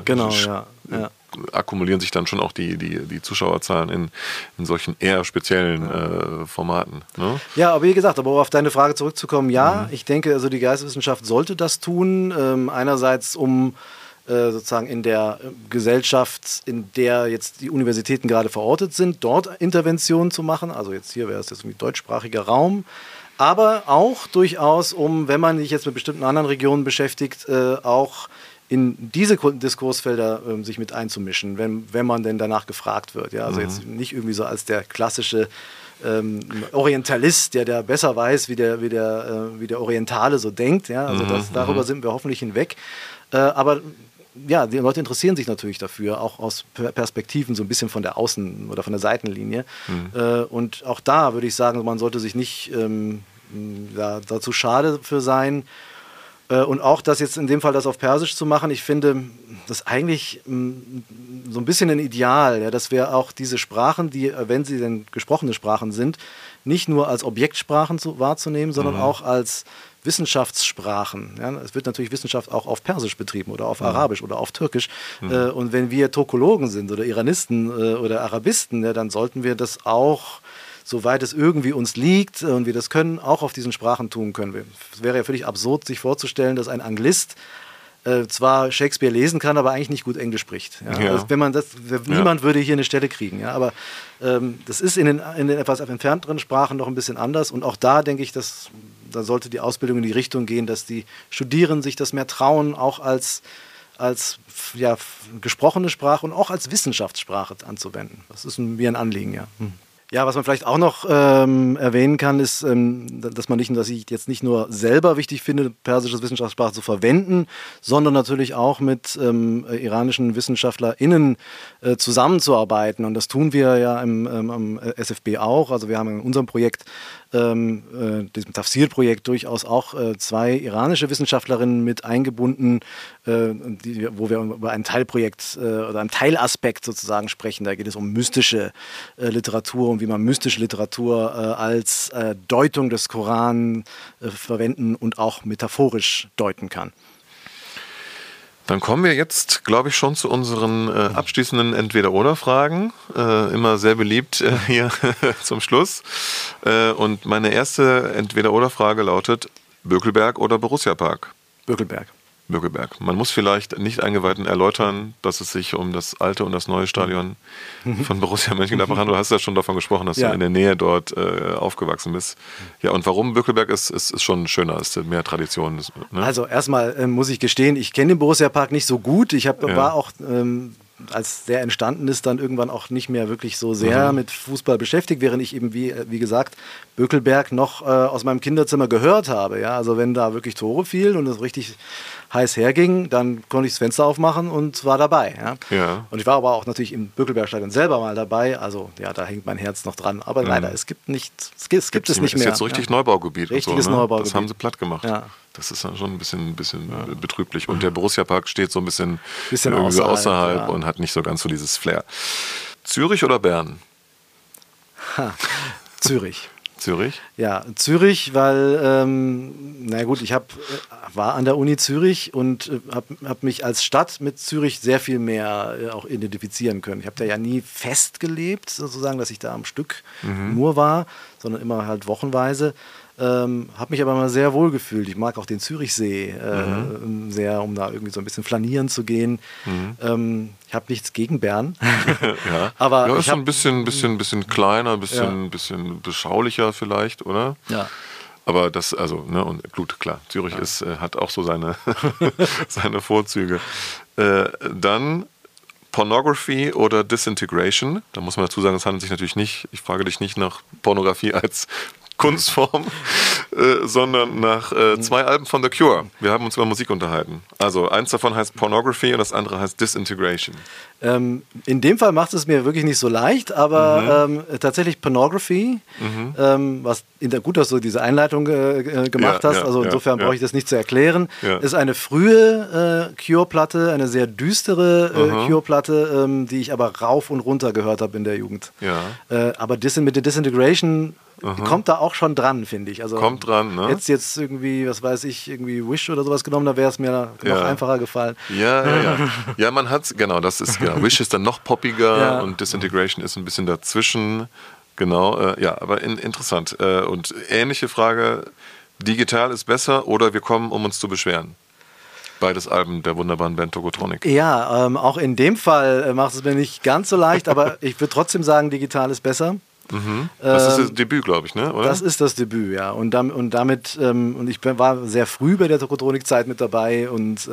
akkumulieren sich dann schon auch die Zuschauerzahlen in solchen eher speziellen Formaten. Ne? Ja, aber wie gesagt, aber auf deine Frage zurückzukommen, ich denke, also die Geisteswissenschaft sollte das tun, einerseits um sozusagen in der Gesellschaft, in der jetzt die Universitäten gerade verortet sind, dort Interventionen zu machen, also jetzt hier wäre es jetzt irgendwie deutschsprachiger Raum, aber auch durchaus, wenn man sich jetzt mit bestimmten anderen Regionen beschäftigt, auch in diese Diskursfelder sich mit einzumischen, wenn man denn danach gefragt wird. Ja? Also jetzt nicht irgendwie so als der klassische Orientalist, der besser weiß, wie der Orientale so denkt. Ja? Also darüber sind wir hoffentlich hinweg. Aber ja, die Leute interessieren sich natürlich dafür, auch aus Perspektiven so ein bisschen von der Außen- oder von der Seitenlinie. Und auch da würde ich sagen, man sollte sich nicht dazu schade für sein. Und auch das jetzt in dem Fall, das auf Persisch zu machen, ich finde das eigentlich so ein bisschen ein Ideal, ja, dass wir auch diese Sprachen, die, wenn sie denn gesprochene Sprachen sind, nicht nur als Objektsprachen wahrzunehmen, sondern auch als Wissenschaftssprachen. Ja, es wird natürlich Wissenschaft auch auf Persisch betrieben oder auf Arabisch oder auf Türkisch. Und wenn wir Turkologen sind oder Iranisten oder Arabisten, ja, dann sollten wir das auch, soweit es irgendwie uns liegt und wir das können, auch auf diesen Sprachen tun können. Es wäre ja völlig absurd, sich vorzustellen, dass ein Anglist zwar Shakespeare lesen kann, aber eigentlich nicht gut Englisch spricht. Ja? Ja. Also niemand würde hier eine Stelle kriegen. Ja? Aber das ist in den etwas entfernteren Sprachen noch ein bisschen anders. Und auch da denke ich, da sollte die Ausbildung in die Richtung gehen, dass die Studierenden sich das mehr trauen, auch als gesprochene Sprache und auch als Wissenschaftssprache anzuwenden. Das ist mir ein Anliegen, ja. Ja, was man vielleicht auch noch erwähnen kann, ist, dass ich jetzt nicht nur selber wichtig finde, persische Wissenschaftssprache zu verwenden, sondern natürlich auch mit iranischen WissenschaftlerInnen zusammenzuarbeiten. Und das tun wir ja am SFB auch. Also wir haben in unserem Projekt, diesem Tafsir-Projekt, durchaus auch 2 iranische Wissenschaftlerinnen mit eingebunden, wo wir über ein Teilprojekt oder einen Teilaspekt sozusagen sprechen. Da geht es um mystische Literatur und wie man mystische Literatur als Deutung des Koran verwenden und auch metaphorisch deuten kann. Dann kommen wir jetzt, glaube ich, schon zu unseren abschließenden Entweder-Oder-Fragen. Immer sehr beliebt hier zum Schluss. Und meine erste Entweder-Oder-Frage lautet: Bökelberg oder Borussia-Park? Bökelberg. Bökelberg. Man muss vielleicht Nicht-Eingeweihten erläutern, dass es sich um das alte und das neue Stadion von Borussia Mönchengladbach handelt. Du hast ja schon davon gesprochen, dass du in der Nähe dort aufgewachsen bist. Ja, und warum Bökelberg ist schon schöner, ist mehr Tradition. Ne? Also erstmal muss ich gestehen, ich kenne den Borussia-Park nicht so gut. Ich war auch, als der entstanden ist, dann irgendwann auch nicht mehr wirklich so sehr mit Fußball beschäftigt, während ich eben, wie gesagt, Bökelberg noch aus meinem Kinderzimmer gehört habe. Ja? Also wenn da wirklich Tore fielen und es richtig heiß herging, dann konnte ich das Fenster aufmachen und war dabei. Ja? Ja. Und ich war aber auch natürlich im Bökelbergstadion selber mal dabei. Also ja, da hängt mein Herz noch dran. Aber leider, es gibt es nicht mehr. Das ist jetzt so richtig Neubaugebiet. Richtiges und so, ne? Neubaugebiet. Das haben sie platt gemacht. Ja. Das ist dann schon ein bisschen betrüblich. Und der Borussia-Park steht so ein bisschen außerhalb und hat nicht so ganz so dieses Flair. Zürich oder Bern? Zürich. Zürich? Ja, Zürich, weil, na gut, ich war an der Uni Zürich und hab mich als Stadt mit Zürich sehr viel mehr auch identifizieren können. Ich habe da ja nie festgelebt, sozusagen, dass ich da am Stück nur war, sondern immer halt wochenweise. Habe mich aber immer sehr wohl gefühlt. Ich mag auch den Zürichsee sehr, um da irgendwie so ein bisschen flanieren zu gehen. Ich habe nichts gegen Bern. Ja, aber ist schon ein bisschen kleiner, ein bisschen beschaulicher vielleicht, oder? Ja. Aber das, also, ne, und gut, klar, Zürich hat auch so seine Vorzüge. Dann Pornography oder Disintegration. Da muss man dazu sagen, es handelt sich natürlich nicht, ich frage dich nicht nach Pornografie als Kunstform, sondern nach 2 Alben von The Cure. Wir haben uns über Musik unterhalten. Also eins davon heißt Pornography und das andere heißt Disintegration. In dem Fall macht es mir wirklich nicht so leicht, aber tatsächlich Pornography, was gut, dass du diese Einleitung gemacht hast, also insofern brauche ich das nicht zu erklären, ist eine frühe Cure-Platte, eine sehr düstere Cure-Platte, die ich aber rauf und runter gehört habe in der Jugend. Ja. Aber mit der Disintegration kommt da auch schon dran, finde ich. Also kommt dran, ne? Jetzt irgendwie, was weiß ich, irgendwie Wish oder sowas genommen, da wäre es mir noch einfacher gefallen. Ja, man hat genau, das ist, Wish ist dann noch poppiger und Disintegration ist ein bisschen dazwischen. Genau, aber interessant. Und ähnliche Frage, digital ist besser oder wir kommen, um uns zu beschweren? Beides Alben der wunderbaren Band Tokotronic. Ja, auch in dem Fall macht es mir nicht ganz so leicht, aber ich würde trotzdem sagen, digital ist besser. Das ist das Debüt, glaube ich, ne? Oder? Das ist das Debüt, ja. Und ich war sehr früh bei der Tokotronic-Zeit mit dabei und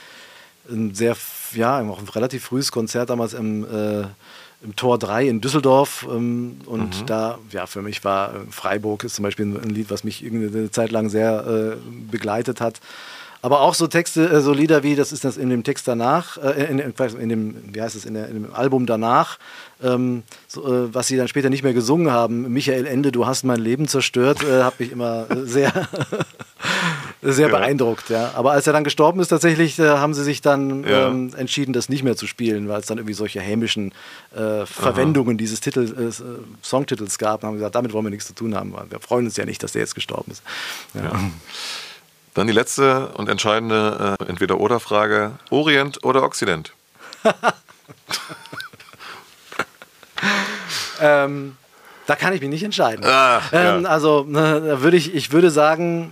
auch ein relativ frühes Konzert damals im Tor 3 in Düsseldorf. Da, für mich war Freiburg ist zum Beispiel ein Lied, was mich eine Zeit lang sehr begleitet hat. Aber auch so Texte, so Lieder wie, das ist das in dem Text danach, in dem Album danach, was sie dann später nicht mehr gesungen haben, Michael Ende, du hast mein Leben zerstört, hat mich immer sehr beeindruckt. Ja. Aber als er dann gestorben ist, tatsächlich haben sie sich dann entschieden, das nicht mehr zu spielen, weil es dann irgendwie solche hämischen Verwendungen dieses Songtitels gab. Und haben gesagt, damit wollen wir nichts zu tun haben, weil wir freuen uns ja nicht, dass der jetzt gestorben ist. Ja. Dann die letzte und entscheidende Entweder-Oder-Frage. Orient oder Okzident? Da kann ich mich nicht entscheiden. Also ich würde sagen,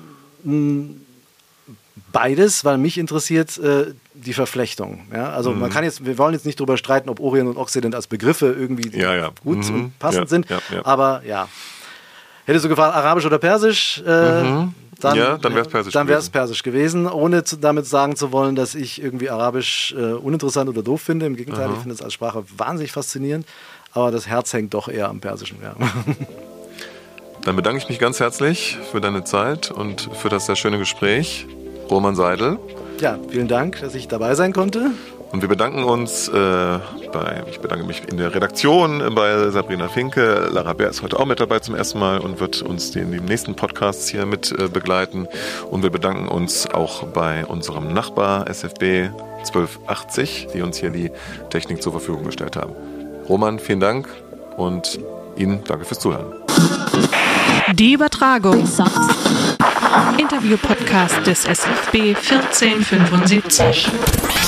beides, weil mich interessiert die Verflechtung. Ja? Also wir wollen jetzt nicht darüber streiten, ob Orient und Okzident als Begriffe irgendwie gut und passend sind. Aber hättest du gefragt, Arabisch oder Persisch? Dann wäre es Persisch gewesen, ohne damit sagen zu wollen, dass ich irgendwie Arabisch uninteressant oder doof finde. Im Gegenteil, ich finde es als Sprache wahnsinnig faszinierend, aber das Herz hängt doch eher am Persischen. Ja. Dann bedanke ich mich ganz herzlich für deine Zeit und für das sehr schöne Gespräch. Roman Seidel. Ja, vielen Dank, dass ich dabei sein konnte. Und wir bedanken uns ich bedanke mich in der Redaktion bei Sabrina Finke. Lara Bär ist heute auch mit dabei zum ersten Mal und wird uns in den nächsten Podcasts hier mit begleiten. Und wir bedanken uns auch bei unserem Nachbar SFB 1280, die uns hier die Technik zur Verfügung gestellt haben. Roman, vielen Dank und Ihnen danke fürs Zuhören. Die Übertragung. Interview-Podcast des SFB 1475.